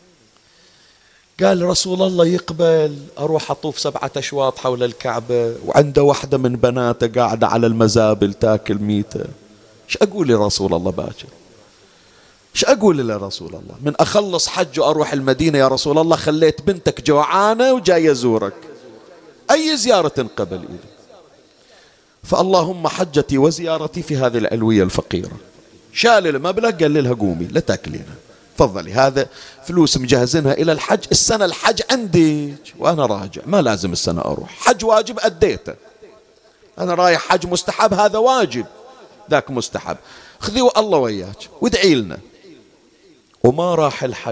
قال رسول الله يقبل أروح أطوف سبعة أشواط حول الكعبة وعنده واحدة من بناته قاعدة على المزابل تاكل ميتة، ايش أقول لرسول الله باكر؟ ايش أقول لرسول الله؟ من أخلص حج وأروح المدينة يا رسول الله خليت بنتك جوعانة وجاي أزورك، أي زيارة تنقبل إلي؟ فاللهم حجتي وزيارتي في هذه العلوية الفقيرة. شال المبلغ قال لها قومي لا تاكلينها، تفضلي هذا فلوس مجهزينها إلى الحج، السنة الحج عندي وأنا راجع، ما لازم السنة أروح، حج واجب أديته، أنا رايح حج مستحب، هذا واجب ذاك مستحب، خذي والله وياك وادعي لنا. وما راح الحج،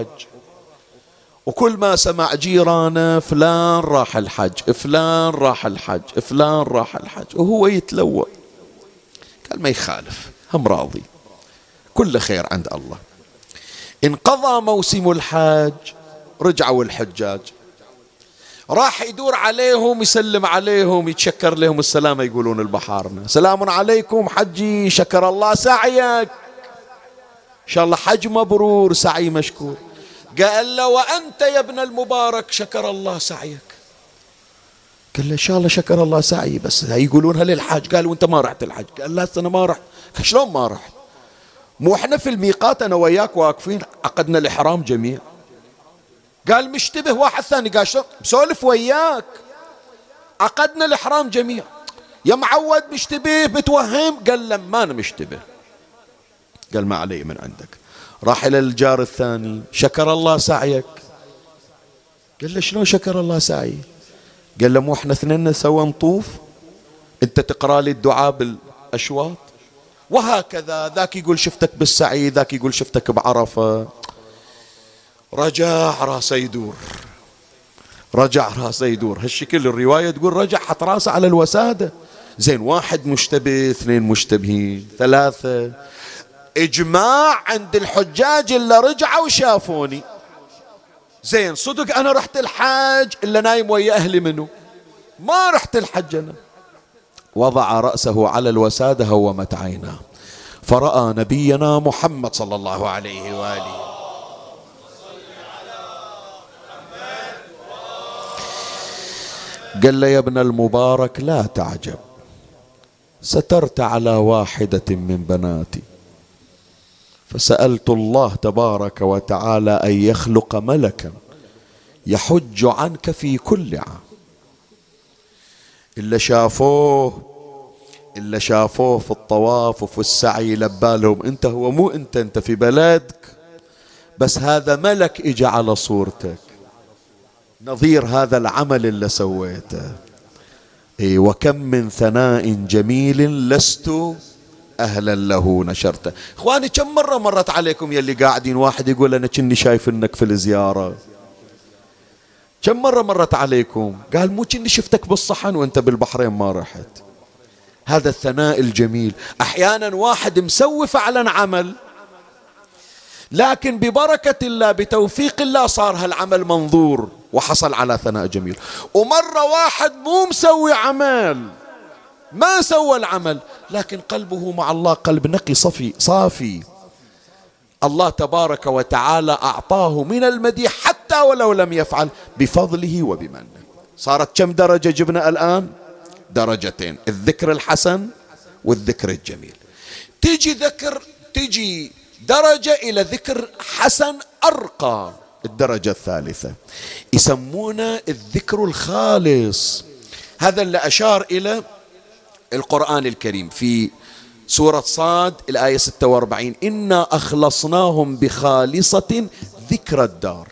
وكل ما سمع جيرانه فلان راح الحج، فلان راح الحج، فلان راح الحج، وهو يتلوى. قال ما يخالف، هم راضي، كل خير عند الله. انقضى موسم الحج، رجعوا الحجاج، راح يدور عليهم يسلم عليهم يتشكر لهم السلامة، يقولون البحارنا سلام عليكم حجي، شكر الله سعيك، إن شاء الله حج مبرور، سعي مشكور. قال له وأنت يا ابن المبارك شكر الله سعيك. قال له إن شاء الله شكر الله سعي، بس يقولونها للحج. قال وأنت ما رحت الحج؟ قال لا أنا ما رحت. شلون ما رحت؟ مو احنا في الميقات أنا وياك واقفين عقدنا الإحرام جميع. قال مشتبه واحد ثاني، قال شلون؟ بسولف وياك عقدنا الإحرام جميع. يا معود مشتبه بتوهم؟ قال له ما أنا مشتبه. قال ما علي من عندك. راح إلى الجار الثاني، شكر الله سعيك. قال له شلون شكر الله سعي؟ قال له مو احنا اثنين سوا نطوف، انت تقرأ لي الدعاء بالأشواط، وهكذا ذاك يقول شفتك بالسعي، ذاك يقول شفتك بعرفة. رجع راسه يدور، رجع راسه يدور. هالشكل الرواية تقول رجع حط راسه على الوسادة. زين، واحد مشتبه، اثنين مشتبهين، ثلاثة، إجماع عند الحجاج اللي رجعوا وشافوني. زين، صدق أنا رحت الحج إلا نايم ويا أهلي منه، ما رحت الحج أنا. وضع رأسه على الوسادة، هومت عيناه، فرأى نبينا محمد صلى الله عليه وآله. قال له يا ابن المبارك لا تعجب، سترت على واحدة من بناتي، فسألت الله تبارك وتعالى أن يخلق ملكا يحج عنك في كل عام. إلا شافوه إلا شافوه في الطواف وفي السعي لبالهم أنت هو مو أنت أنت في بلدك، بس هذا ملك إجى على صورتك نظير هذا العمل اللي سويته. إيه، وكم من ثناء جميل لست أهلا له نشرته. إخواني، كم مرة مرت عليكم يلي قاعدين واحد يقول أنا كني شايف إنك في الزيارة؟ كم مرة مرت عليكم قال مو كني شفتك بالصحن وأنت بالبحرين ما رحت؟ هذا الثناء الجميل. أحيانا واحد مسوي فعلا عمل، لكن ببركة الله بتوفيق الله صار هالعمل منظور وحصل على ثناء جميل. ومرة واحد مو مسوي عمل، ما سوى العمل، لكن قلبه مع الله قلب نقي صفي صافي، الله تبارك وتعالى أعطاه من المديح حتى ولو لم يفعل بفضله وبمنه. صارت كم درجة جبنا الآن؟ درجتين، الذكر الحسن والذكر الجميل. تيجي ذكر تيجي درجة إلى ذكر حسن أرقى، الدرجة الثالثة يسمونه الذكر الخالص. هذا اللي أشار إلى القرآن الكريم في سورة صاد الآية ستة وأربعين، إنا أخلصناهم بخالصة ذكر الدار.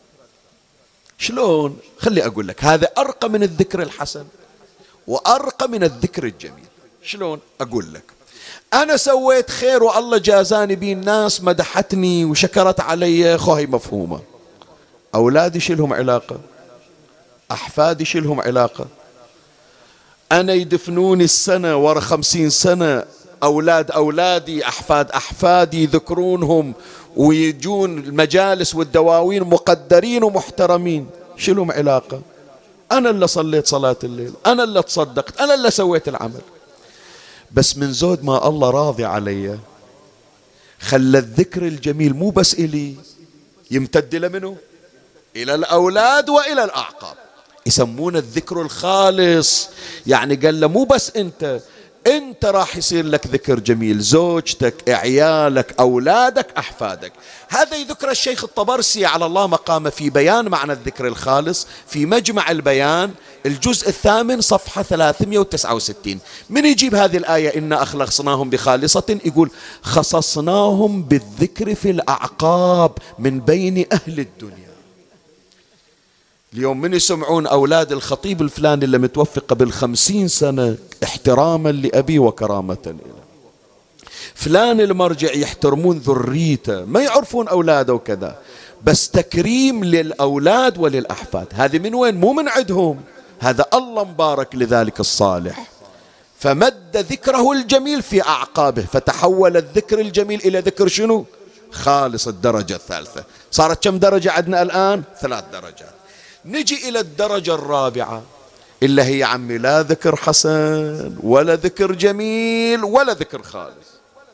شلون؟ خلي أقول لك، هذا أرقى من الذكر الحسن وأرقى من الذكر الجميل. شلون؟ أقول لك، أنا سويت خير والله جازاني بي، الناس مدحتني وشكرت علي، خوهي مفهومة. أولادي شلهم علاقة؟ أحفادي شلهم علاقة؟ أنا يدفنوني السنة ورا خمسين سنة، أولاد أولادي أحفاد أحفادي يذكرونهم ويجون المجالس والدواوين مقدرين ومحترمين، شلهم علاقة؟ أنا اللي صليت صلاة الليل، أنا اللي تصدقت، أنا اللي سويت العمل. بس من زود ما الله راضي علي خلى الذكر الجميل مو بس إلي، يمتد لمنه؟ إلى الأولاد وإلى الأعقاب. يسمونه الذكر الخالص. يعني قال له مو بس أنت أنت راح يصير لك ذكر جميل، زوجتك، عيالك، أولادك، أحفادك. هذا يذكر الشيخ الطبرسي على الله مقامه في بيان معنى الذكر الخالص في مجمع البيان الجزء الثامن صفحة ثلاثمئة وتسعة وستين. من يجيب هذه الآية إنا أخلصناهم بخالصة، يقول خصصناهم بالذكر في الأعقاب من بين أهل الدنيا. اليوم من يسمعون أولاد الخطيب الفلاني اللي متوفى قبل خمسين سنة احتراما لأبي وكرامة له، فلان المرجع يحترمون ذريته، ما يعرفون أولاده وكذا، بس تكريم للأولاد وللأحفاد. هذه من وين؟ مو من عندهم، هذا الله مبارك لذلك الصالح، فمد ذكره الجميل في أعقابه، فتحول الذكر الجميل إلى ذكر شنو؟ خالص، الدرجة الثالثة. صارت كم درجة عندنا الآن؟ ثلاث درجات. نجي إلى الدرجة الرابعة إلا هي عمي لا ذكر حسن ولا ذكر جميل ولا ذكر خالص.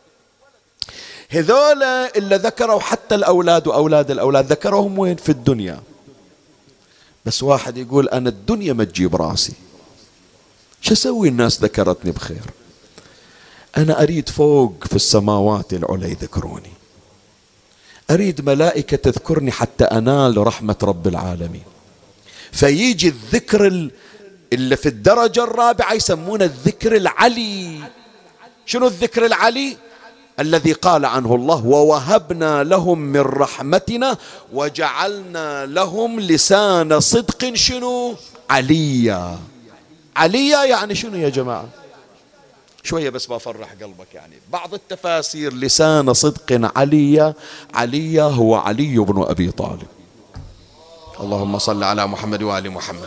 هذولا اللي ذكروا حتى الأولاد وأولاد الأولاد ذكرهم وين؟ في الدنيا. بس واحد يقول أنا الدنيا ما تجيب راسي، شو أسوي؟ الناس ذكرتني بخير، أنا أريد فوق في السماوات العلى يذكروني، أريد ملائكة تذكرني حتى أنال رحمة رب العالمين. فيجي الذكر اللي في الدرجة الرابعة يسمونه الذكر العلي. شنو الذكر العلي؟ الذي قال عنه الله ووهبنا لهم من رحمتنا وجعلنا لهم لسان صدق شنو؟ عليا. عليا يعني شنو يا جماعة؟ شوية بس بفرح قلبك. يعني بعض التفاسير لسان صدق علي، علي هو علي بن أبي طالب. اللهم صل على محمد وآل محمد.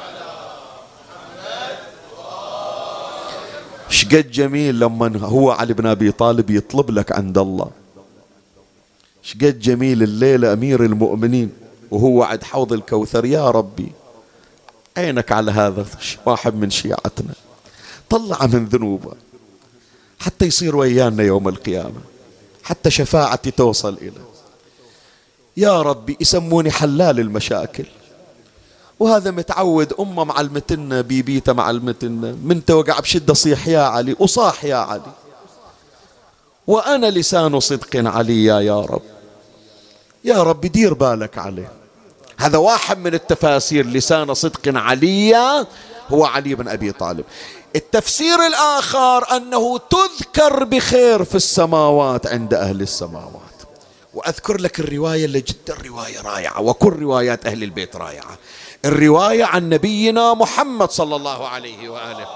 شقد جميل لما هو علي بن أبي طالب يطلب لك عند الله. شقد جميل الليلة أمير المؤمنين وهو عند حوض الكوثر، يا ربي عينك على هذا واحد من شيعتنا، طلع من ذنوبه حتى يصير ويانا يوم القيامة، حتى شفاعتي توصل إليه. يا ربي يسموني حلال المشاكل، وهذا متعود أمه معلمتنا، بيبيته معلمتنا، من توقع بشدة صيح يا علي وصاح يا علي، وأنا لسان صدق علي يا رب. يا رب دير بالك عليه. هذا واحد من التفاسير، لسان صدق علي هو علي بن أبي طالب. التفسير الآخر أنه تذكر بخير في السماوات عند أهل السماوات. وأذكر لك الرواية اللي جدا رواية رائعة، وكل روايات أهل البيت رائعة. الرواية عن نبينا محمد صلى الله عليه وآله.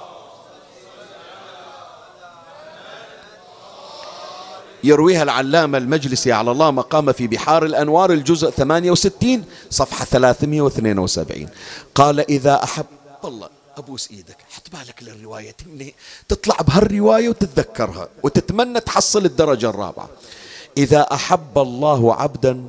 يرويها العلامة المجلسي على الله مقام في بحار الأنوار الجزء ثمانية وستين صفحة ثلاثمئة واثنين وسبعين. قال إذا أحب، والله أبوس إيدك حط بالك للرواية، تطلع بهالرواية وتتذكرها وتتمنى تحصل الدرجة الرابعة. إذا أحب الله عبدا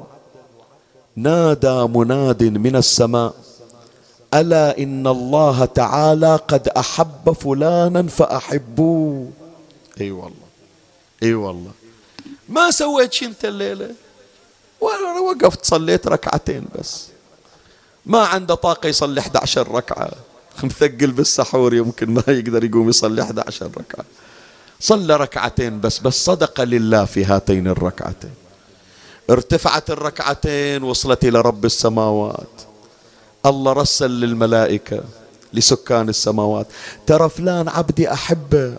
نادى مناد من السماء ألا إن الله تعالى قد أحب فلانا فأحبوه. أي والله، أي والله. ما سويت شي انت الليلة، وأنا وقفت صليت ركعتين بس، ما عنده طاقة يصلي أحد عشر ركعة، مثقل بالسحور يمكن ما يقدر يقوم يصلي أحد عشر ركعة، صلى ركعتين بس، بس صدق لله في هاتين الركعتين. ارتفعت الركعتين وصلت إلى رب السماوات. الله رسل للملائكة لسكان السماوات ترى فلان عبدي أحبه،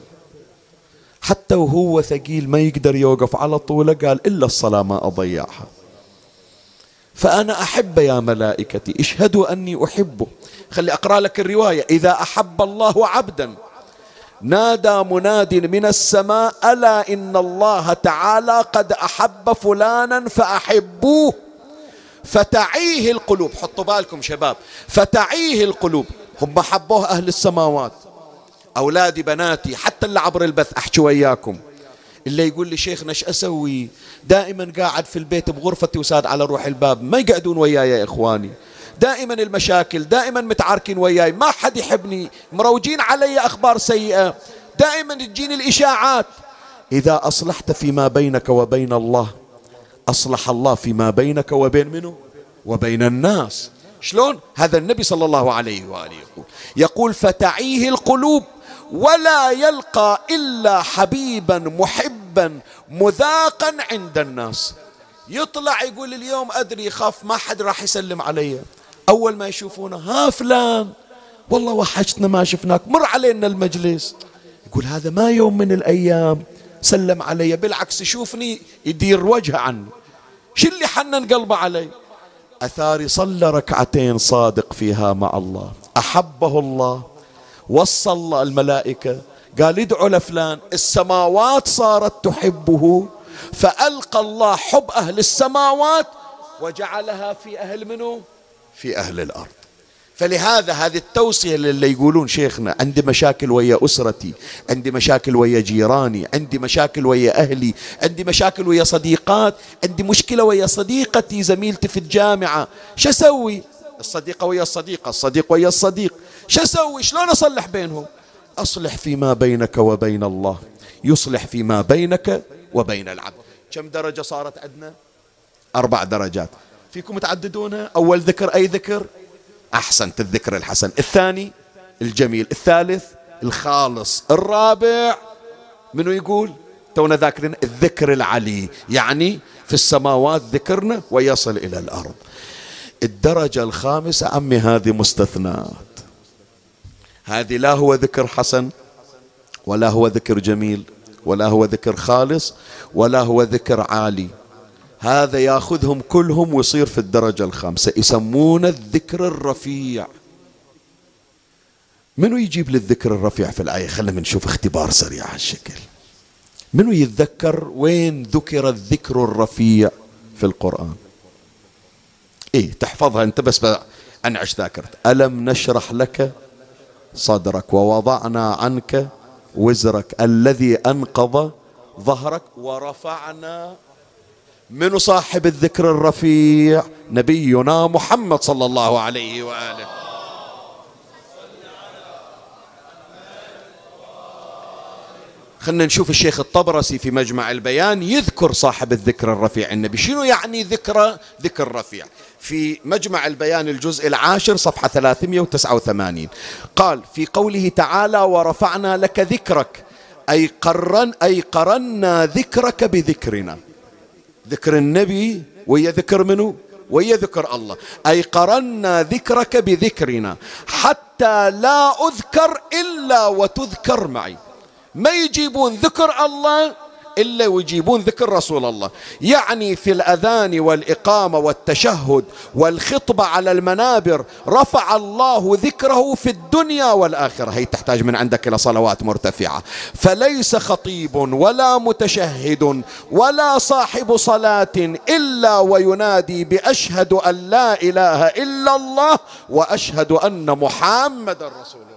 حتى وهو ثقيل ما يقدر يوقف على طوله، قال إلا الصلاة ما أضيعها، فأنا أحب يا ملائكتي اشهدوا أني أحبه. خلي أقرأ لك الرواية. إذا أحب الله عبدا نادى مناد من السماء ألا إن الله تعالى قد أحب فلانا فأحبوه فتعيه القلوب. حطوا بالكم شباب، فتعيه القلوب. هم حبوه أهل السماوات، أولادي بناتي، حتى اللي عبر البث أحكي وياكم، اللي يقول لي شيخنا ايش أسوي، دائما قاعد في البيت بغرفتي وساد على روح الباب، ما يقعدون وياي يا إخواني، دائما المشاكل، دائما متعاركين وياي، ما حد يحبني، مروجين علي أخبار سيئة، دائما تجيني الإشاعات. إذا أصلحت فيما بينك وبين الله أصلح الله فيما بينك وبين منه وبين الناس. شلون؟ هذا النبي صلى الله عليه وآله يقول يقول فتعيه القلوب ولا يلقى إلا حبيبا محبا مذاقا عند الناس. يطلع يقول اليوم أدري خاف ما حد راح يسلم علي، أول ما يشوفونه ها فلان والله وحشتنا ما شفناك، مر علينا المجلس، يقول هذا ما يوم من الأيام سلم علي، بالعكس يشوفني يدير وجهه عني، شو اللي حنن قلبه علي؟ أثاري صلى ركعتين صادق فيها مع الله، أحبه الله، وصل الملائكة، قال ادعوا لفلان، السماوات صارت تحبه، فألقى الله حب أهل السماوات وجعلها في أهل منه؟ في أهل الأرض. فلهذا هذه التوصية اللي يقولون شيخنا عندي مشاكل ويا أسرتي، عندي مشاكل ويا جيراني، عندي مشاكل ويا أهلي، عندي مشاكل ويا صديقات، عندي مشكلة ويا صديقتي زميلتي في الجامعة، شو أسوي؟ الصديقة ويا الصديقة، الصديق ويا الصديق، شو أسوي؟ شلون أصلح بينهم؟ أصلح فيما بينك وبين الله يصلح فيما بينك وبين العبد. كم درجة صارت عندنا؟ أربع درجات. فيكم تعددونها؟ أول ذكر أي ذكر؟ أحسنت، الذكر الحسن. الثاني الجميل. الثالث الخالص. الرابع منو يقول؟ تونا ذاكرين الذكر العلي، يعني في السماوات ذكرنا ويصل إلى الأرض. الدرجة الخامسة عمي هذه مستثنات، هذه لا هو ذكر حسن ولا هو ذكر جميل ولا هو ذكر خالص ولا هو ذكر عالي، هذا ياخذهم كلهم ويصير في الدرجة الخامسة، يسمونه الذكر الرفيع. منو يجيب للذكر الرفيع في الآية؟ خلنا نشوف اختبار سريع هالشكل. منو يتذكر وين ذكر الذكر الرفيع في القرآن؟ ايه تحفظها انت بس انعش ذاكرت. ألم نشرح لك صدرك ووضعنا عنك وزرك الذي أنقض ظهرك ورفعنا. من صاحب الذكر الرفيع؟ نبينا محمد صلى الله عليه وآله. خلنا نشوف الشيخ الطبرسي في مجمع البيان يذكر صاحب الذكر الرفيع النبي. شنو يعني ذكر ذكر رفيع؟ في مجمع البيان الجزء العاشر صفحة ثلاثمئة وتسعة وثمانين قال في قوله تعالى ورفعنا لك ذكرك أي قرن أي قرنا ذكرك بذكرنا. ذكر النبي ويا ذكر منه؟ ويا ذكر الله. أي قرنا ذكرك بذكرنا حتى لا أذكر إلا وتذكر معي. ما يجيبون ذكر الله إلا ويجيبون ذكر رسول الله. يعني في الأذان والإقامة والتشهد والخطبة على المنابر رفع الله ذكره في الدنيا والآخرة. هي تحتاج من عندك إلى صلوات مرتفعة. فليس خطيب ولا متشهد ولا صاحب صلاة إلا وينادي بأشهد أن لا إله إلا الله وأشهد أن محمد رسول الله.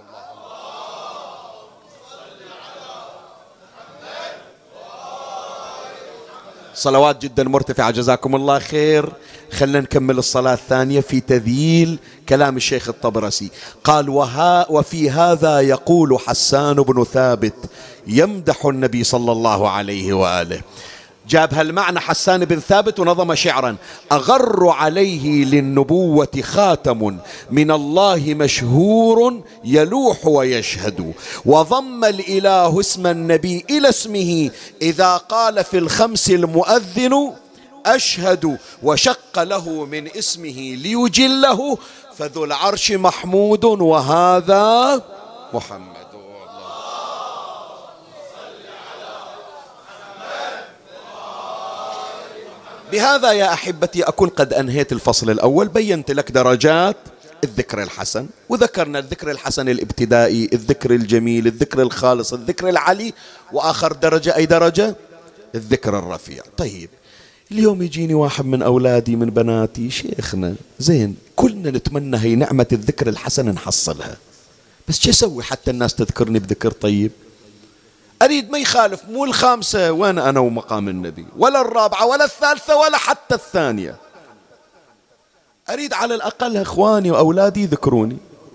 صلوات جدا مرتفعة جزاكم الله خير. خلنا نكمل الصلاة الثانية في تذييل كلام الشيخ الطبرسي. قال وها وفي هذا يقول حسان بن ثابت يمدح النبي صلى الله عليه وآله. جاب هالمعنى حسان بن ثابت ونظم شعرا أغر عليه للنبوة خاتم من الله مشهور يلوح ويشهد وضم الإله اسم النبي إلى اسمه إذا قال في الخمس المؤذن أشهد وشق له من اسمه ليجله فذو العرش محمود وهذا محمد. بهذا يا أحبتي أكون قد أنهيت الفصل الأول. بينت لك درجات الذكر الحسن وذكرنا الذكر الحسن الابتدائي، الذكر الجميل، الذكر الخالص، الذكر العلي، وآخر درجة أي درجة؟ الذكر الرفيع. طيب اليوم يجيني واحد من أولادي من بناتي شيخنا زين كلنا نتمنى هي نعمة الذكر الحسن نحصلها، بس شو أسوي حتى الناس تذكرني بذكر طيب؟ أريد ما يخالف مو الخامسة وين أنا ومقام النبي، ولا الرابعة ولا الثالثة ولا حتى الثانية. أريد على الأقل إخواني وأولادي يذكروني.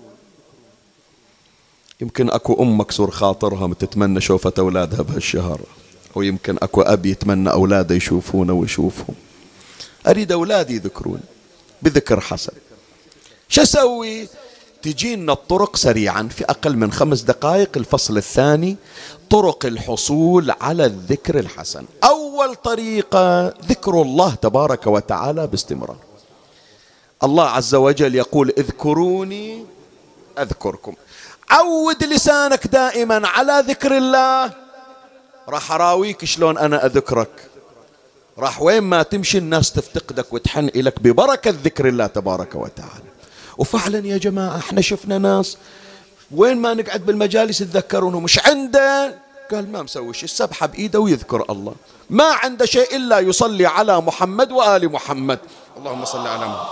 يمكن أكو أم مكسور خاطرها تتمنى شوفة أولادها بهالشهر، ويمكن أكو أبي يتمنى أولاده يشوفونه ويشوفهم. أريد أولادي يذكروني بذكر حسن. شو أسوي؟ تجينا الطرق سريعا في أقل من خمس دقائق. الفصل الثاني طرق الحصول على الذكر الحسن. أول طريقة ذكر الله تبارك وتعالى باستمرار. الله عز وجل يقول اذكروني أذكركم. عود لسانك دائما على ذكر الله. راح أراويك شلون أنا أذكرك. راح وين ما تمشي الناس تفتقدك وتحن إليك ببركة ذكر الله تبارك وتعالى. وفعلا يا جماعة احنا شفنا ناس وين ما نقعد بالمجالس يتذكرونه، مش عنده قال ما مسوي شيء، السبحة بإيده ويذكر الله، ما عنده شيء إلا يصلي على محمد وآل محمد. اللهم صل على محمد.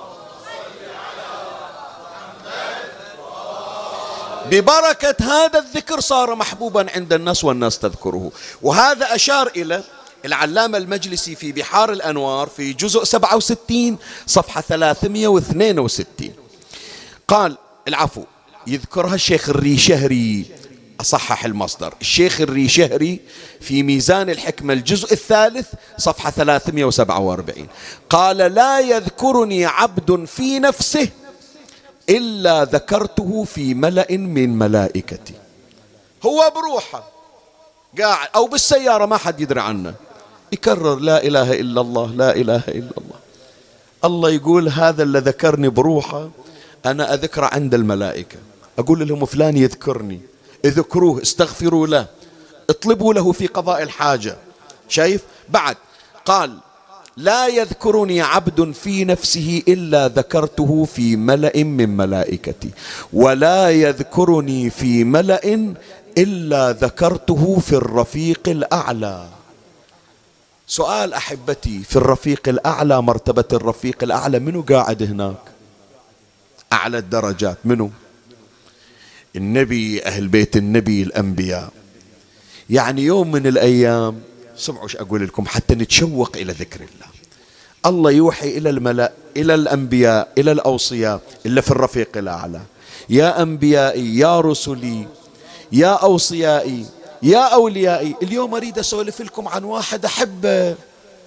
ببركة هذا الذكر صار محبوبا عند الناس والناس تذكره. وهذا أشار إلى العلامة المجلسي في بحار الأنوار في جزء سبعة وستين صفحة ثلاثمئة واثنين وستين. قال العفو يذكرها الشيخ الريشهري، أصحح المصدر، الشيخ الريشهري في ميزان الحكمة الجزء الثالث صفحة ثلاثمئة وسبعة وأربعين. قال لا يذكرني عبد في نفسه إلا ذكرته في ملأ من ملائكتي. هو بروحه قاعد أو بالسيارة ما حد يدري عنه يكرر لا إله إلا الله لا إله إلا الله. الله يقول هذا اللي ذكرني بروحه أنا أذكره عند الملائكة، أقول لهم فلان يذكرني، اذكروه، استغفروا له، اطلبوا له في قضاء الحاجة. شايف؟ بعد قال لا يذكرني عبد في نفسه إلا ذكرته في ملأ من ملائكتي، ولا يذكرني في ملأ إلا ذكرته في الرفيق الأعلى. سؤال أحبتي، في الرفيق الأعلى، مرتبة الرفيق الأعلى، منو قاعد هناك؟ أعلى الدرجات منو؟ النبي، أهل بيت النبي، الأنبياء. يعني يوم من الأيام، سمعوا ايش أقول لكم حتى نتشوق إلى ذكر الله. الله يوحي إلى الملأ، إلى الأنبياء، إلى الأوصياء إلا في الرفيق الأعلى: يا أنبيائي، يا رسلي، يا أوصيائي، يا أوليائي. اليوم أريد أسولف لكم عن واحد أحبه،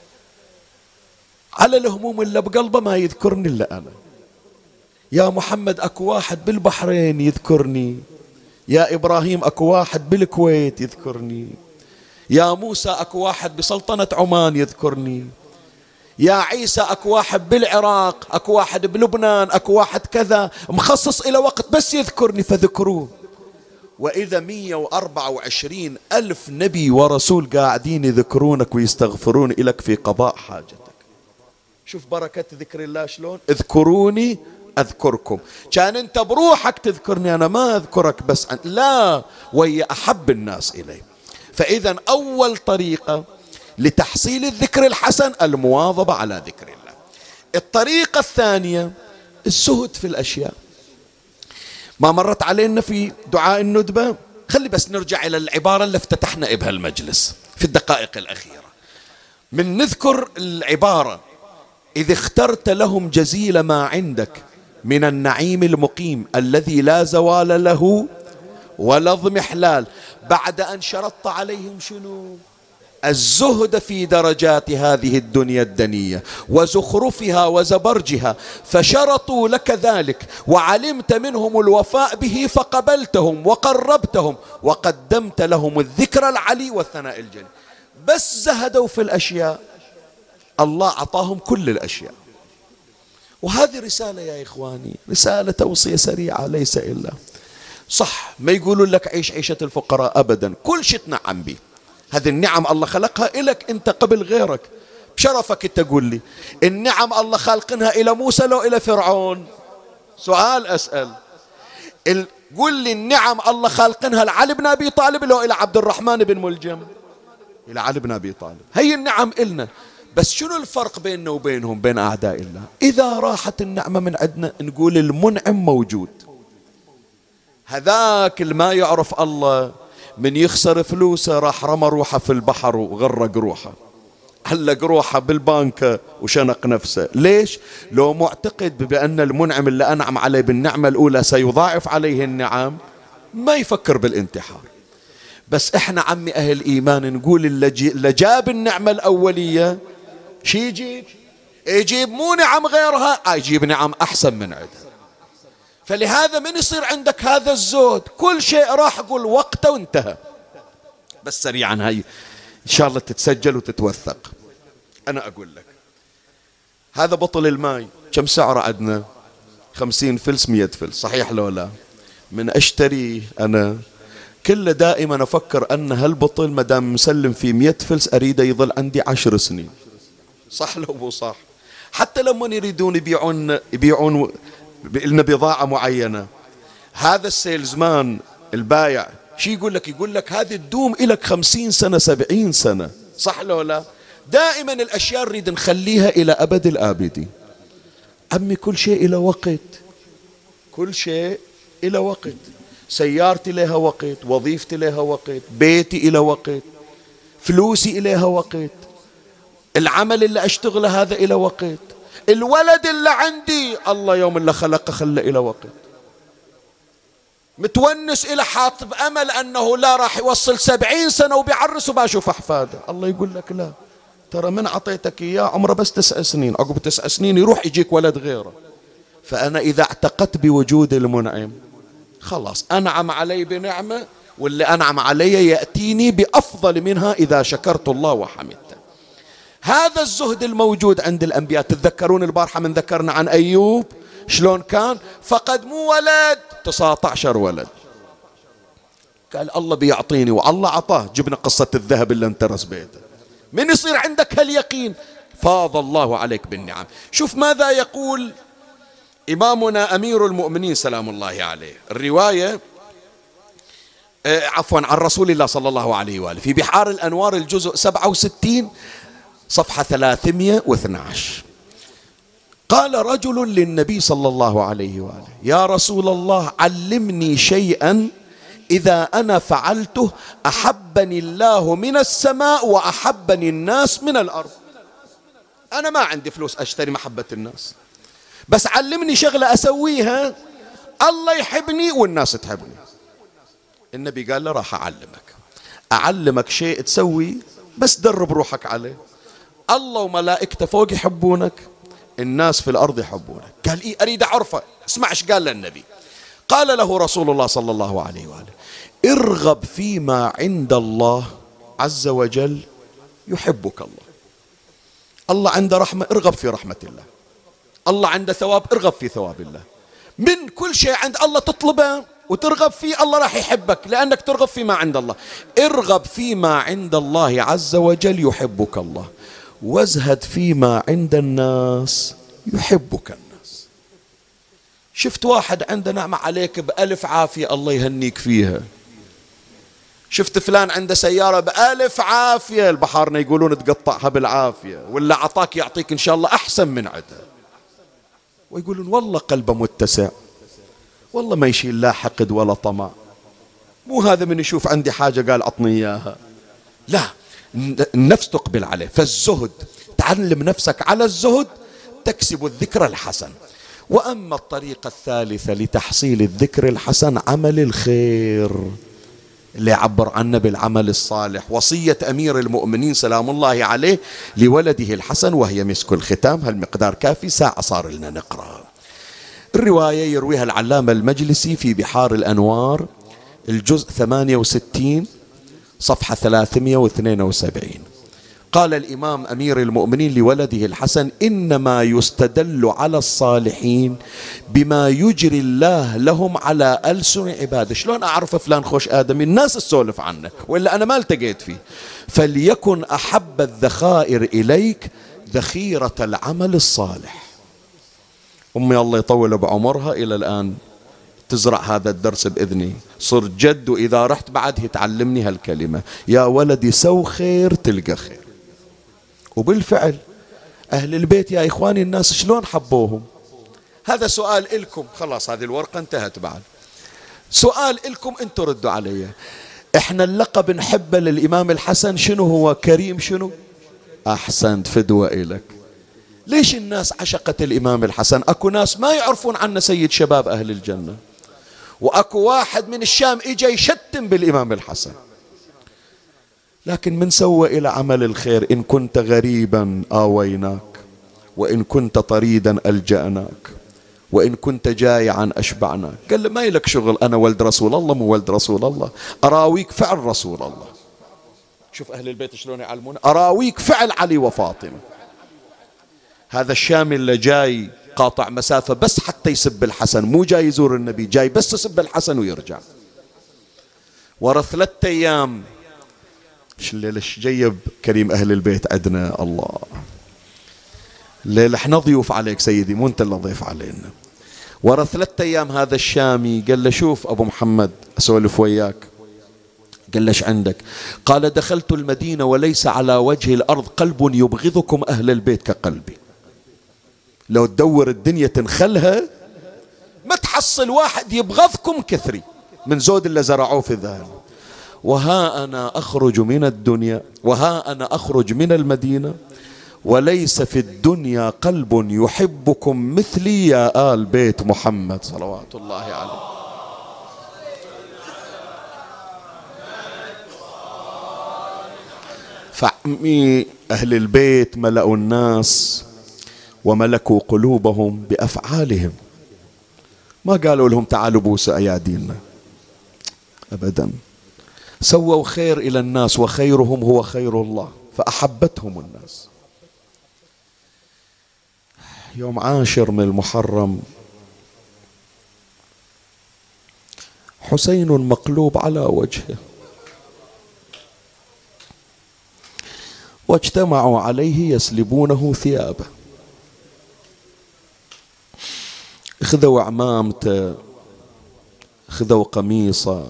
على الهموم اللي بقلبه ما يذكرني إلا أنا. يا محمد أكو واحد بالبحرين يذكرني، يا إبراهيم أكو واحد بالكويت يذكرني، يا موسى أكو واحد بسلطنة عمان يذكرني، يا عيسى أكو واحد بالعراق، أكو واحد بلبنان، أكو واحد كذا، مخصص إلى وقت بس يذكرني فذكروه. وإذا مية وأربعة وعشرين ألف نبي ورسول قاعدين يذكرونك ويستغفرون إلك في قضاء حاجتك. شوف بركة ذكر الله شلون: اذكروني أذكركم. كان أنت بروحك تذكرني، أنا ما أذكرك بس عن لا، وهي أحب الناس إلي. فإذا أول طريقة لتحصيل الذكر الحسن المواظبة على ذكر الله. الطريقة الثانية الزهد في الأشياء. ما مرت علينا في دعاء الندبة؟ خلي بس نرجع إلى العبارة اللي افتتحنا بها المجلس في الدقائق الأخيرة. من نذكر العبارة: إذ اخترت لهم جزيل ما عندك من النعيم المقيم الذي لا زوال له ولا اضمحلال، بعد أن شرطت عليهم شنو؟ الزهد في درجات هذه الدنيا الدنية وزخرفها وزبرجها، فشرطوا لك ذلك وعلمت منهم الوفاء به فقبلتهم وقربتهم وقدمت لهم الذكر العلي والثناء الجليل. بس زهدوا في الأشياء، الله أعطاهم كل الأشياء. وهذه رسالة يا إخواني، رسالة توصية سريعة ليس إلا. صح ما يقولون لك عيش عيشة الفقراء أبدا، كل شيء تنعم به. هذه النعم الله خلقها إلك أنت قبل غيرك، بشرفك تقول لي النعم الله خالقنها إلى موسى لو إلى فرعون؟ سؤال أسأل. قل لي النعم الله خالقنها لعلي بن أبي طالب لو إلى عبد الرحمن بن ملجم؟ إلى علي بن أبي طالب. هي النعم إلنا، بس شنو الفرق بيننا وبينهم بين أعداء الله؟ إذا راحت النعمة من عندنا نقول المنعم موجود. هذاك اللي ما يعرف الله من يخسر فلوسه راح رمى روحه في البحر وغرق روحه، علق روحه بالبانكة وشنق نفسه. ليش؟ لو معتقد بأن المنعم اللي أنعم عليه بالنعمة الأولى سيضاعف عليه النعم ما يفكر بالانتحار. بس احنا عمي أهل إيمان نقول اللي جاب النعمة الأولية شي يجيب؟ يجيب مو نعم غيرها، يجيب نعم أحسن من عندها. فلهذا من يصير عندك هذا الزود كل شيء راح أقول وقته وانتهى. بس سريعا هاي إن شاء الله تتسجل وتتوثق. أنا أقول لك هذا بطل الماء كم سعره عندنا؟ خمسين فلس مية فلس، صحيح لو لا؟ من أشتري أنا كل دائما أفكر أن هالبطل مدام مسلم في مية فلس أريده يظل عندي عشر سنين، صح لو مو صح؟ حتى لما يريدون يبيعون يبيعون لنا بضاعة معينة، هذا السيلزمان البايع شي يقول لك؟ يقول لك هذه تدوم إلك خمسين سنة سبعين سنة، صح لو لا؟ دائما الأشياء نريد نخليها إلى أبد الآبدين. عمي كل شيء إلى وقت، كل شيء إلى وقت. سيارتي لها وقت، وظيفتي لها وقت، بيتي إلى وقت، فلوسي إليها وقت، العمل اللي أشتغله هذا إلى وقت، الولد اللي عندي الله يوم اللي خلقه خله إلى وقت. متونس إلى حاطب أمل أنه لا راح يوصل سبعين سنة وبيعرس وباشوف أحفاده، الله يقول لك لا، ترى من عطيتك إياه عمره بس تسع سنين، عقب تسع سنين يروح يجيك ولد غيره. فأنا إذا اعتقدت بوجود المنعم خلاص أنعم علي بنعمة، واللي أنعم علي يأتيني بأفضل منها إذا شكرت الله وحمدته. هذا الزهد الموجود عند الأنبياء. تتذكرون البارحة من ذكرنا عن أيوب شلون كان؟ فقد مو ولد تسعة عشر ولد، قال الله بيعطيني، والله عطاه. جبنا قصة الذهب اللي انترس بيته. من يصير عندك هاليقين فاض الله عليك بالنعم. شوف ماذا يقول إمامنا أمير المؤمنين سلام الله عليه، الرواية آه عفوا عن رسول الله صلى الله عليه وآله في بحار الأنوار الجزء سبعة وستين صفحة ثلاثمئة واثني عشر. قال رجل للنبي صلى الله عليه وآله: يا رسول الله علمني شيئا إذا أنا فعلته أحبني الله من السماء وأحبني الناس من الأرض. أنا ما عندي فلوس أشتري محبة الناس، بس علمني شغلة أسويها الله يحبني والناس تحبني. النبي قال له: راح أعلمك أعلمك شيء تسوي بس درب روحك عليه. الله وملائكته فوق يحبونك، الناس في الأرض يحبونك. قال: إيه أريد أعرفه. اسمع ايش قال للنبي. قال له رسول الله صلى الله عليه وآله: ارغب فيما عند الله عز وجل يحبك الله. الله عنده رحمة، ارغب في رحمة الله. الله عنده ثواب، ارغب في ثواب الله. من كل شيء عند الله تطلبه وترغب فيه الله راح يحبك، لأنك ترغب فيما عند الله. ارغب فيما عند الله عز وجل يحبك الله، وازهد فيما عند الناس يحبك الناس. شفت واحد عنده نعمة عليك بألف عافية الله يهنيك فيها. شفت فلان عنده سيارة بألف عافية، البحارنا يقولون تقطعها بالعافية، ولا عطاك يعطيك إن شاء الله أحسن من عدها. ويقولون والله قلبه متسع، والله ما يشيل لا حقد ولا طمع. مو هذا من يشوف عندي حاجة قال عطني إياها، لا، النفس تقبل عليه. فالزهد، تعلم نفسك على الزهد تكسب الذكر الحسن. وأما الطريقة الثالثة لتحصيل الذكر الحسن عمل الخير اللي يعبر عنه بالعمل الصالح. وصية أمير المؤمنين سلام الله عليه لولده الحسن وهي مسك الختام. هالمقدار كافي، ساعة صار لنا نقرأ. الرواية يرويها العلامة المجلسي في بحار الأنوار الجزء ثمانية وستين صفحة ثلاثمئة واثنين وسبعين. قال الإمام أمير المؤمنين لولده الحسن: إنما يستدل على الصالحين بما يجري الله لهم على ألسن عباده. شلون أعرف فلان خوش آدمي؟ الناس تسولف عنه وإلا أنا ما التقيت فيه. فليكن أحب الذخائر إليك ذخيرة العمل الصالح. أمي الله يطول بعمرها إلى الآن تزرع هذا الدرس بإذني، صرت جد وإذا رحت بعده تعلمني هالكلمة: يا ولدي سو خير تلقى خير. وبالفعل أهل البيت يا إخواني الناس شلون حبوهم. هذا سؤال إلكم، خلاص هذه الورقة انتهت بعد. سؤال إلكم انتوا ردوا علي. احنا اللقب نحبه للإمام الحسن شنو هو؟ كريم شنو؟ أحسنت، فدوة إلك. ليش الناس عشقت الإمام الحسن؟ أكو ناس ما يعرفون عنه سيد شباب أهل الجنة، وأكو واحد من الشام إجا يشتم بالإمام الحسن. لكن من سوى إلى عمل الخير: إن كنت غريبا آويناك، وإن كنت طريدا ألجأناك، وإن كنت جائعا أشبعناك. قال له: ما يلك شغل، أنا ولد رسول الله مو ولد رسول الله، أراويك فعل رسول الله. شوف أهل البيت شلون يعلمون، أراويك فعل علي وفاطمة. هذا الشامي اللي جاي قاطع مسافة بس حتى يسب الحسن، مو جاي يزور النبي، جاي بس يسب الحسن ويرجع. ورا ثلاثة أيام ايش الليلة ايش جيب كريم أهل البيت عندنا، الله الليلة احنا ضيوف عليك سيدي، مو انت اللي ضيف علينا. ورا ثلاثة أيام هذا الشامي قال له: شوف أبو محمد أسولف وياك. قال له: ايش عندك؟ قال: دخلت المدينة وليس على وجه الأرض قلب يبغضكم أهل البيت كقلبي. لو تدور الدنيا تنخلها ما تحصل واحد يبغضكم كثري من زود اللي زرعوه في الذهن. وها أنا أخرج من الدنيا، وها أنا أخرج من المدينة، وليس في الدنيا قلب يحبكم مثلي يا آل بيت محمد صلوات الله عليه. فعمي أهل البيت ملأوا الناس وملكوا قلوبهم بأفعالهم. ما قالوا لهم تعالوا بوسوا أيادينا أبدا، سووا خير إلى الناس وخيرهم هو خير الله، فأحبتهم الناس. يوم عاشر من المحرم حسين مقلوب على وجهه، واجتمعوا عليه يسلبونه ثيابه. خذوا عمامته، خذوا قميصه،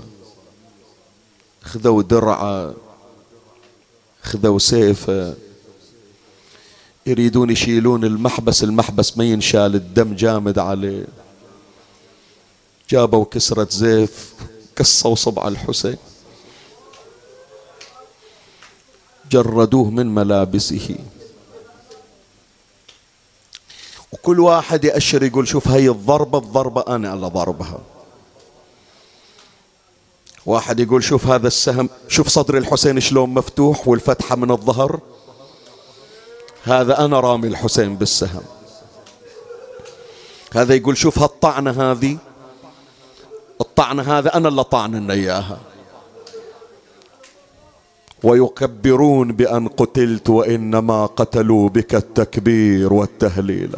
خذوا درعه، خذوا سيفه، يريدون يشيلون المحبس، المحبس ما ينشال، الدم جامد عليه. جابوا كسرة زيف كسوا صبع الحسين، جردوه من ملابسه، وكل واحد يأشر يقول شوف هاي الضربة الضربة أنا اللي ضربها. واحد يقول شوف هذا السهم، شوف صدر الحسين شلون مفتوح والفتحة من الظهر، هذا أنا رامي الحسين بالسهم. هذا يقول شوف هالطعنة هذه، الطعنة هذا أنا اللي طعننا إياها. ويكبرون بأن قتلت وإنما قتلوا بك التكبير والتهليل.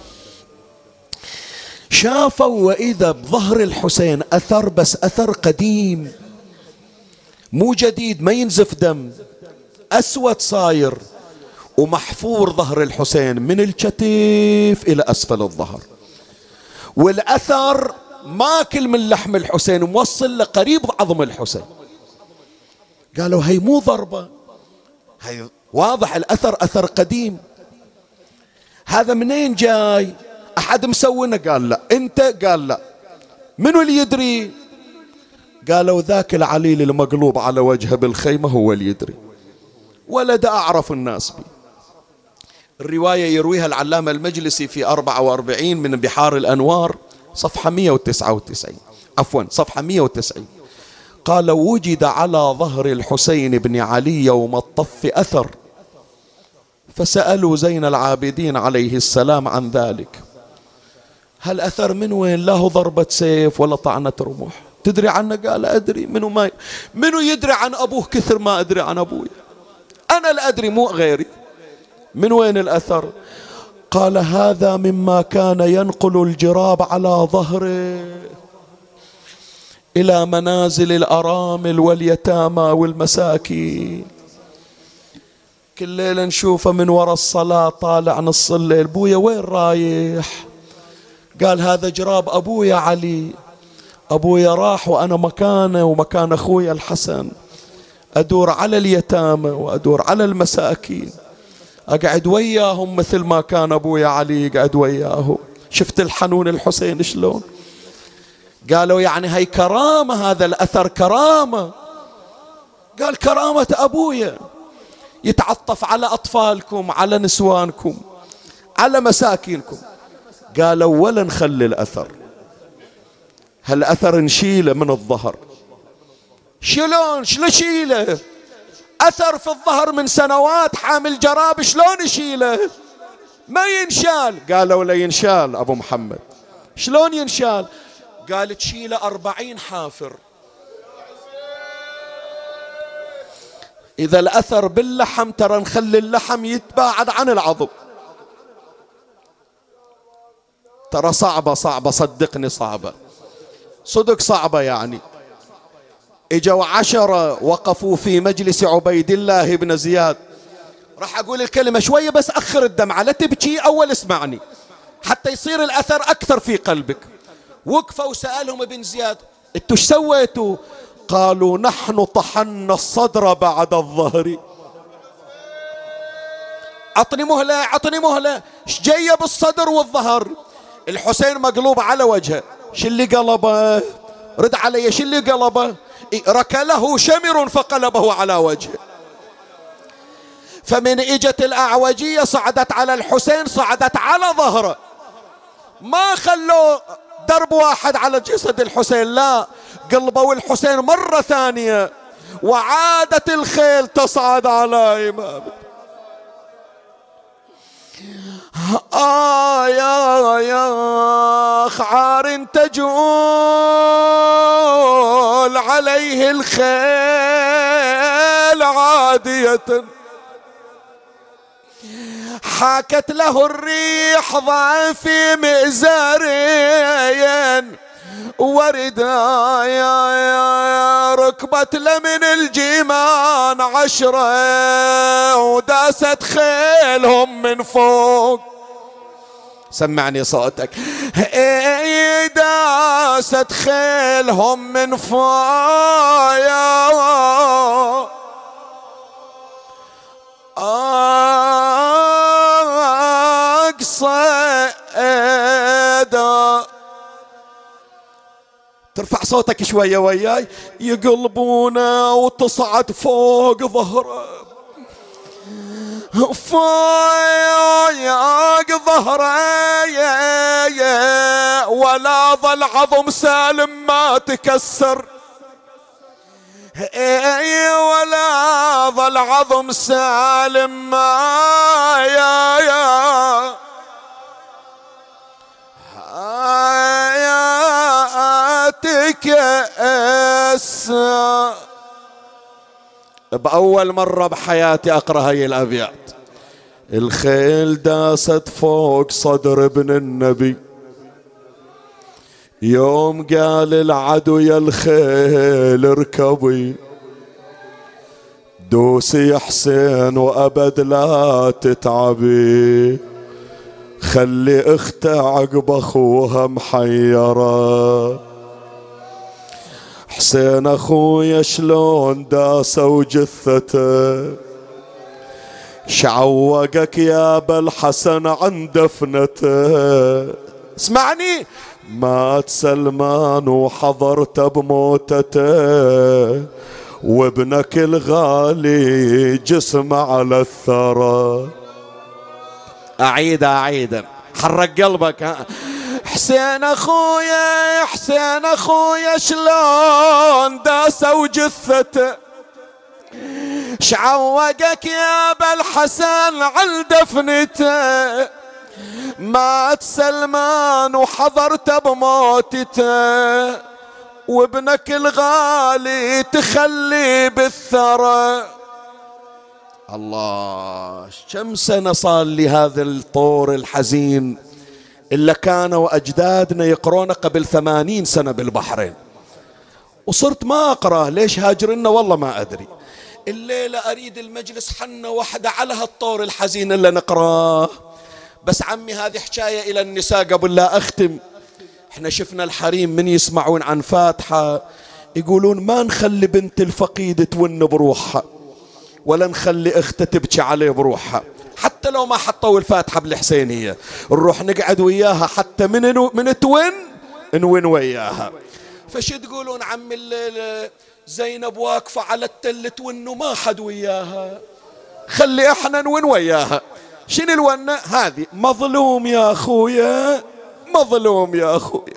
شافوا وإذا بظهر الحسين أثر، بس أثر قديم مو جديد، ما ينزف دم، أسود صاير ومحفور ظهر الحسين من الكتف إلى أسفل الظهر، والأثر ماكل من لحم الحسين موصل لقريب عظم الحسين. قالوا هي مو ضربة، هي واضح الأثر أثر قديم، هذا منين جاي؟ أحد مسوينه؟ قال لا. أنت؟ قال لا. منو اللي يدري؟ قالوا ذاك العليل المقلوب على وجهه بالخيمة هو اللي يدري، ولد أعرف الناس بي. الرواية يرويها العلامة المجلسي في أربعة وأربعين من بحار الأنوار صفحة مئة وتسعة وتسعين، عفوا صفحة مئة وتسعين. قال وجد على ظهر الحسين بن علي يوم الطف أثر، فسألوا زين العابدين عليه السلام عن ذلك. هل أثر من وين؟ لا هو ضربة سيف ولا طعنة رمح. تدري عنه؟ قال أدري. منو ما ي... منو يدري عن أبوه كثر ما أدري عن أبوي، أنا لا أدري مو غيري. من وين الأثر؟ قال هذا مما كان ينقل الجراب على ظهره إلى منازل الأرامل واليتامى والمساكين. كل ليلة نشوفه من وراء الصلاة طالع نص الليل، بويا وين رايح؟ قال هذا جراب أبويا علي، أبويا راح وأنا مكانه ومكان أخويا الحسن، أدور على اليتامى وأدور على المساكين، أقعد وياهم مثل ما كان أبويا علي يقعد وياهم. شفت الحنون الحسين شلون؟ قالوا يعني هاي كرامة، هذا الأثر كرامة. قال كرامة أبويا يتعطف على أطفالكم، على نسوانكم، على مساكينكم. قالوا ولا نخلي الأثر، هالأثر نشيله من الظهر. شلون؟ شلون نشيله؟ أثر في الظهر من سنوات حامل جراب، شلون يشيله؟ ما ينشال. قالوا لا ينشال أبو محمد. شلون ينشال؟ قال تشيله أربعين حافر. إذا الأثر باللحم ترى نخلي اللحم يتباعد عن العظم، ترى صعبة صعبة، صدقني صعبة، صدق صعبة. يعني اجوا عشرة وقفوا في مجلس عبيد الله بن زياد، راح أقول الكلمة شوية بس أخر الدمعة، لا تبكي أول اسمعني حتى يصير الأثر أكثر في قلبك. وقفوا وسألهم ابن زياد انتوا ايش سويتوا؟ قالوا نحن طحنا الصدر بعد الظهر. عطني مهلة، عطني مهلة. ايش جاية بالصدر والظهر؟ الحسين مقلوب على وجهه، شو اللي قلبه؟ رد علي، شو اللي قلبه؟ ركله شمر فقلبه على وجهه. فمن اجت الأعوجية صعدت على الحسين، صعدت على ظهره، ما خلوا درب واحد على جسد الحسين، لا، قلبوا الحسين مرة ثانية، وعادت الخيل تصعد على إمامه. آه يا يا خعار تجول عليه الخيل عادية، حاكت له الريح ضعف مئزرين، وردة يا ركبت لمن الجيمان عشرة وداست خيلهم من فوق. سمعني صوتك. داست خيلهم من فوق يا أقصد. ترفع صوتك شوية وياي. يقلبونه وتصعد فوق ظهره، فوق ظهره ولا ظل عظم سالم ما تكسر، ولا ظل عظم سالم ما يا يا يا تكسر. بأول مرة بحياتي أقرأ هاي الأبيات. الخيل داست فوق صدر ابن النبي، يوم قال العدو يا الخيل اركبي، دوسي يا حسين وأبد لا تتعبي، خلي اخته عقب اخوها محيرة. حسين اخويا شلون داسوا جثته، شعوقك يا ابا الحسن عن دفنته. اسمعني. مات سلمان وحضرت بموتته، وابنك الغالي جسمه على الثرى. اعيد اعيد حرك قلبك. ها حسين اخويا حسين اخويا شلون داسوا جثته، شعوقك يا ابا الحسن عن دفنته، مات سلمان وحضرت بموتته، وابنك الغالي تخلي بالثرى. الله، كم سنة صار لي هذا الطور الحزين إلا كانوا أجدادنا يقرون قبل ثمانين سنة بالبحرين، وصرت ما أقرأ. ليش هاجرنا والله ما أدري. الليلة أريد المجلس حنة واحدة على هالطور الحزين اللي نقراه. بس عمي هذه حكاية إلى النساء قبل لا أختم. احنا شفنا الحريم من يسمعون عن فاتحة يقولون ما نخلي بنت الفقيد تون بروحها، ولا نخلي اخته تبكي عليه بروحها، حتى لو ما حطوا الفاتحة بالحسينية نروح نقعد وياها حتى من من تون نون وياها. فش تقولون عم زينب واقفة على التل تون وما حد وياها، خلي احنا نون وياها. شنو الونة هذه؟ مظلوم يا اخويا، مظلوم يا اخويا،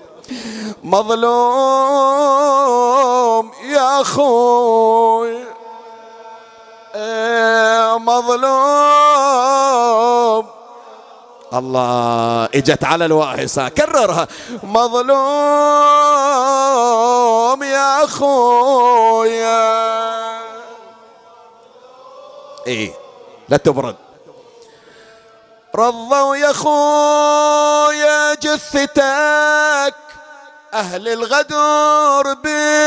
مظلوم يا اخويا، مظلوم. الله، اجت على الواهسة. كررها. مظلوم يا اخويا. ايه لا تبرد. رضوا يا خويا جثتك أهل الغدر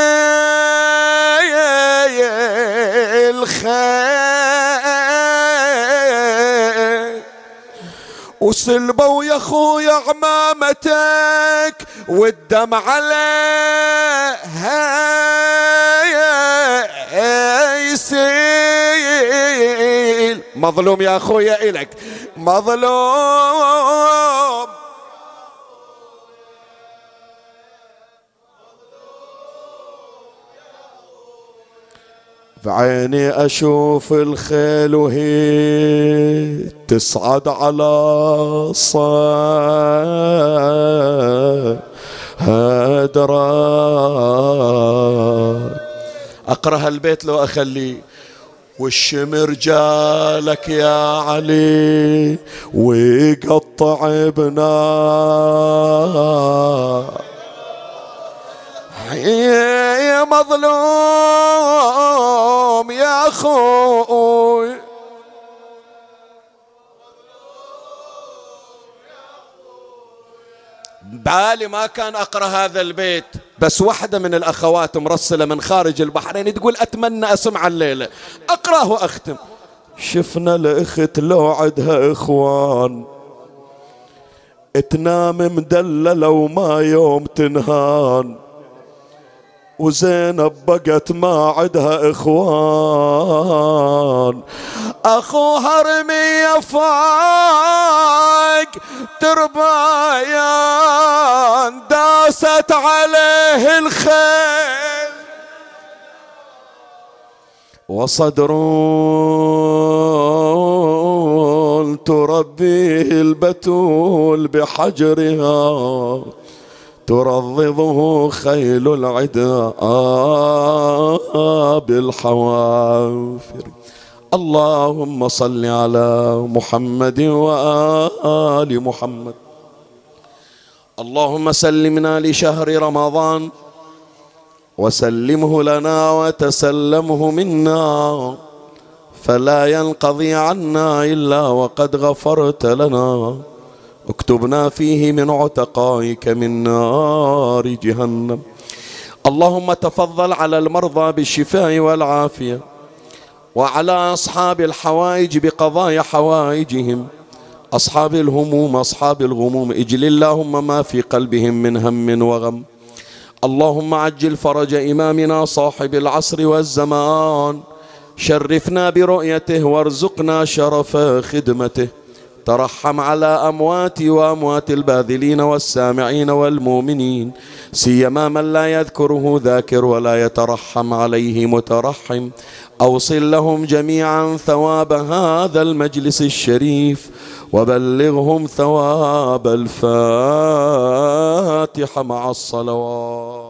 بالخير، وسلبوا يا خويا عمامتك والدم عليها يسيل. مظلوم يا خويا إلك، مظلوم. بعيني أشوف الخيل وهي تصعد على صدرك. أقرأ البيت لو أخليه. والشمر جالك يا علي ويقطع بنار، يا مظلوم يا أخوي. بالي ما كان أقرأ هذا البيت، بس واحدة من الأخوات مرسلة من خارج البحرين تقول أتمنى أسمع الليلة، أقرأه وأختم. شفنا الأخت لو عدها إخوان تنام مدللة وما يوم تنهان، وزينب بقت ما عدها إخوان، أخوها رمي فاق تربايان داست عليه الخيل، وصدر تربيه البتول بحجرها، ترضضه خيل العدا بالحوافر. اللهم صل على محمد وآل محمد. اللهم سلمنا لشهر رمضان وسلمه لنا وتسلمه منا، فلا ينقضي عنا إلا وقد غفرت لنا، اكتبنا فيه من عتقائك من نار جهنم. اللهم تفضل على المرضى بالشفاء والعافية، وعلى أصحاب الحوائج بقضاء حوائجهم، أصحاب الهموم أصحاب الغموم اجل اللهم ما في قلبهم من هم وغم. اللهم عجل فرج إمامنا صاحب العصر والزمان، شرفنا برؤيته وارزقنا شرف خدمته. ترحم على أمواتي وأموات الباذلين والسامعين والمؤمنين، سيما من لا يذكره ذاكر ولا يترحم عليه مترحم. أوصل لهم جميعا ثواب هذا المجلس الشريف، وبلغهم ثواب الفاتحة مع الصلوات.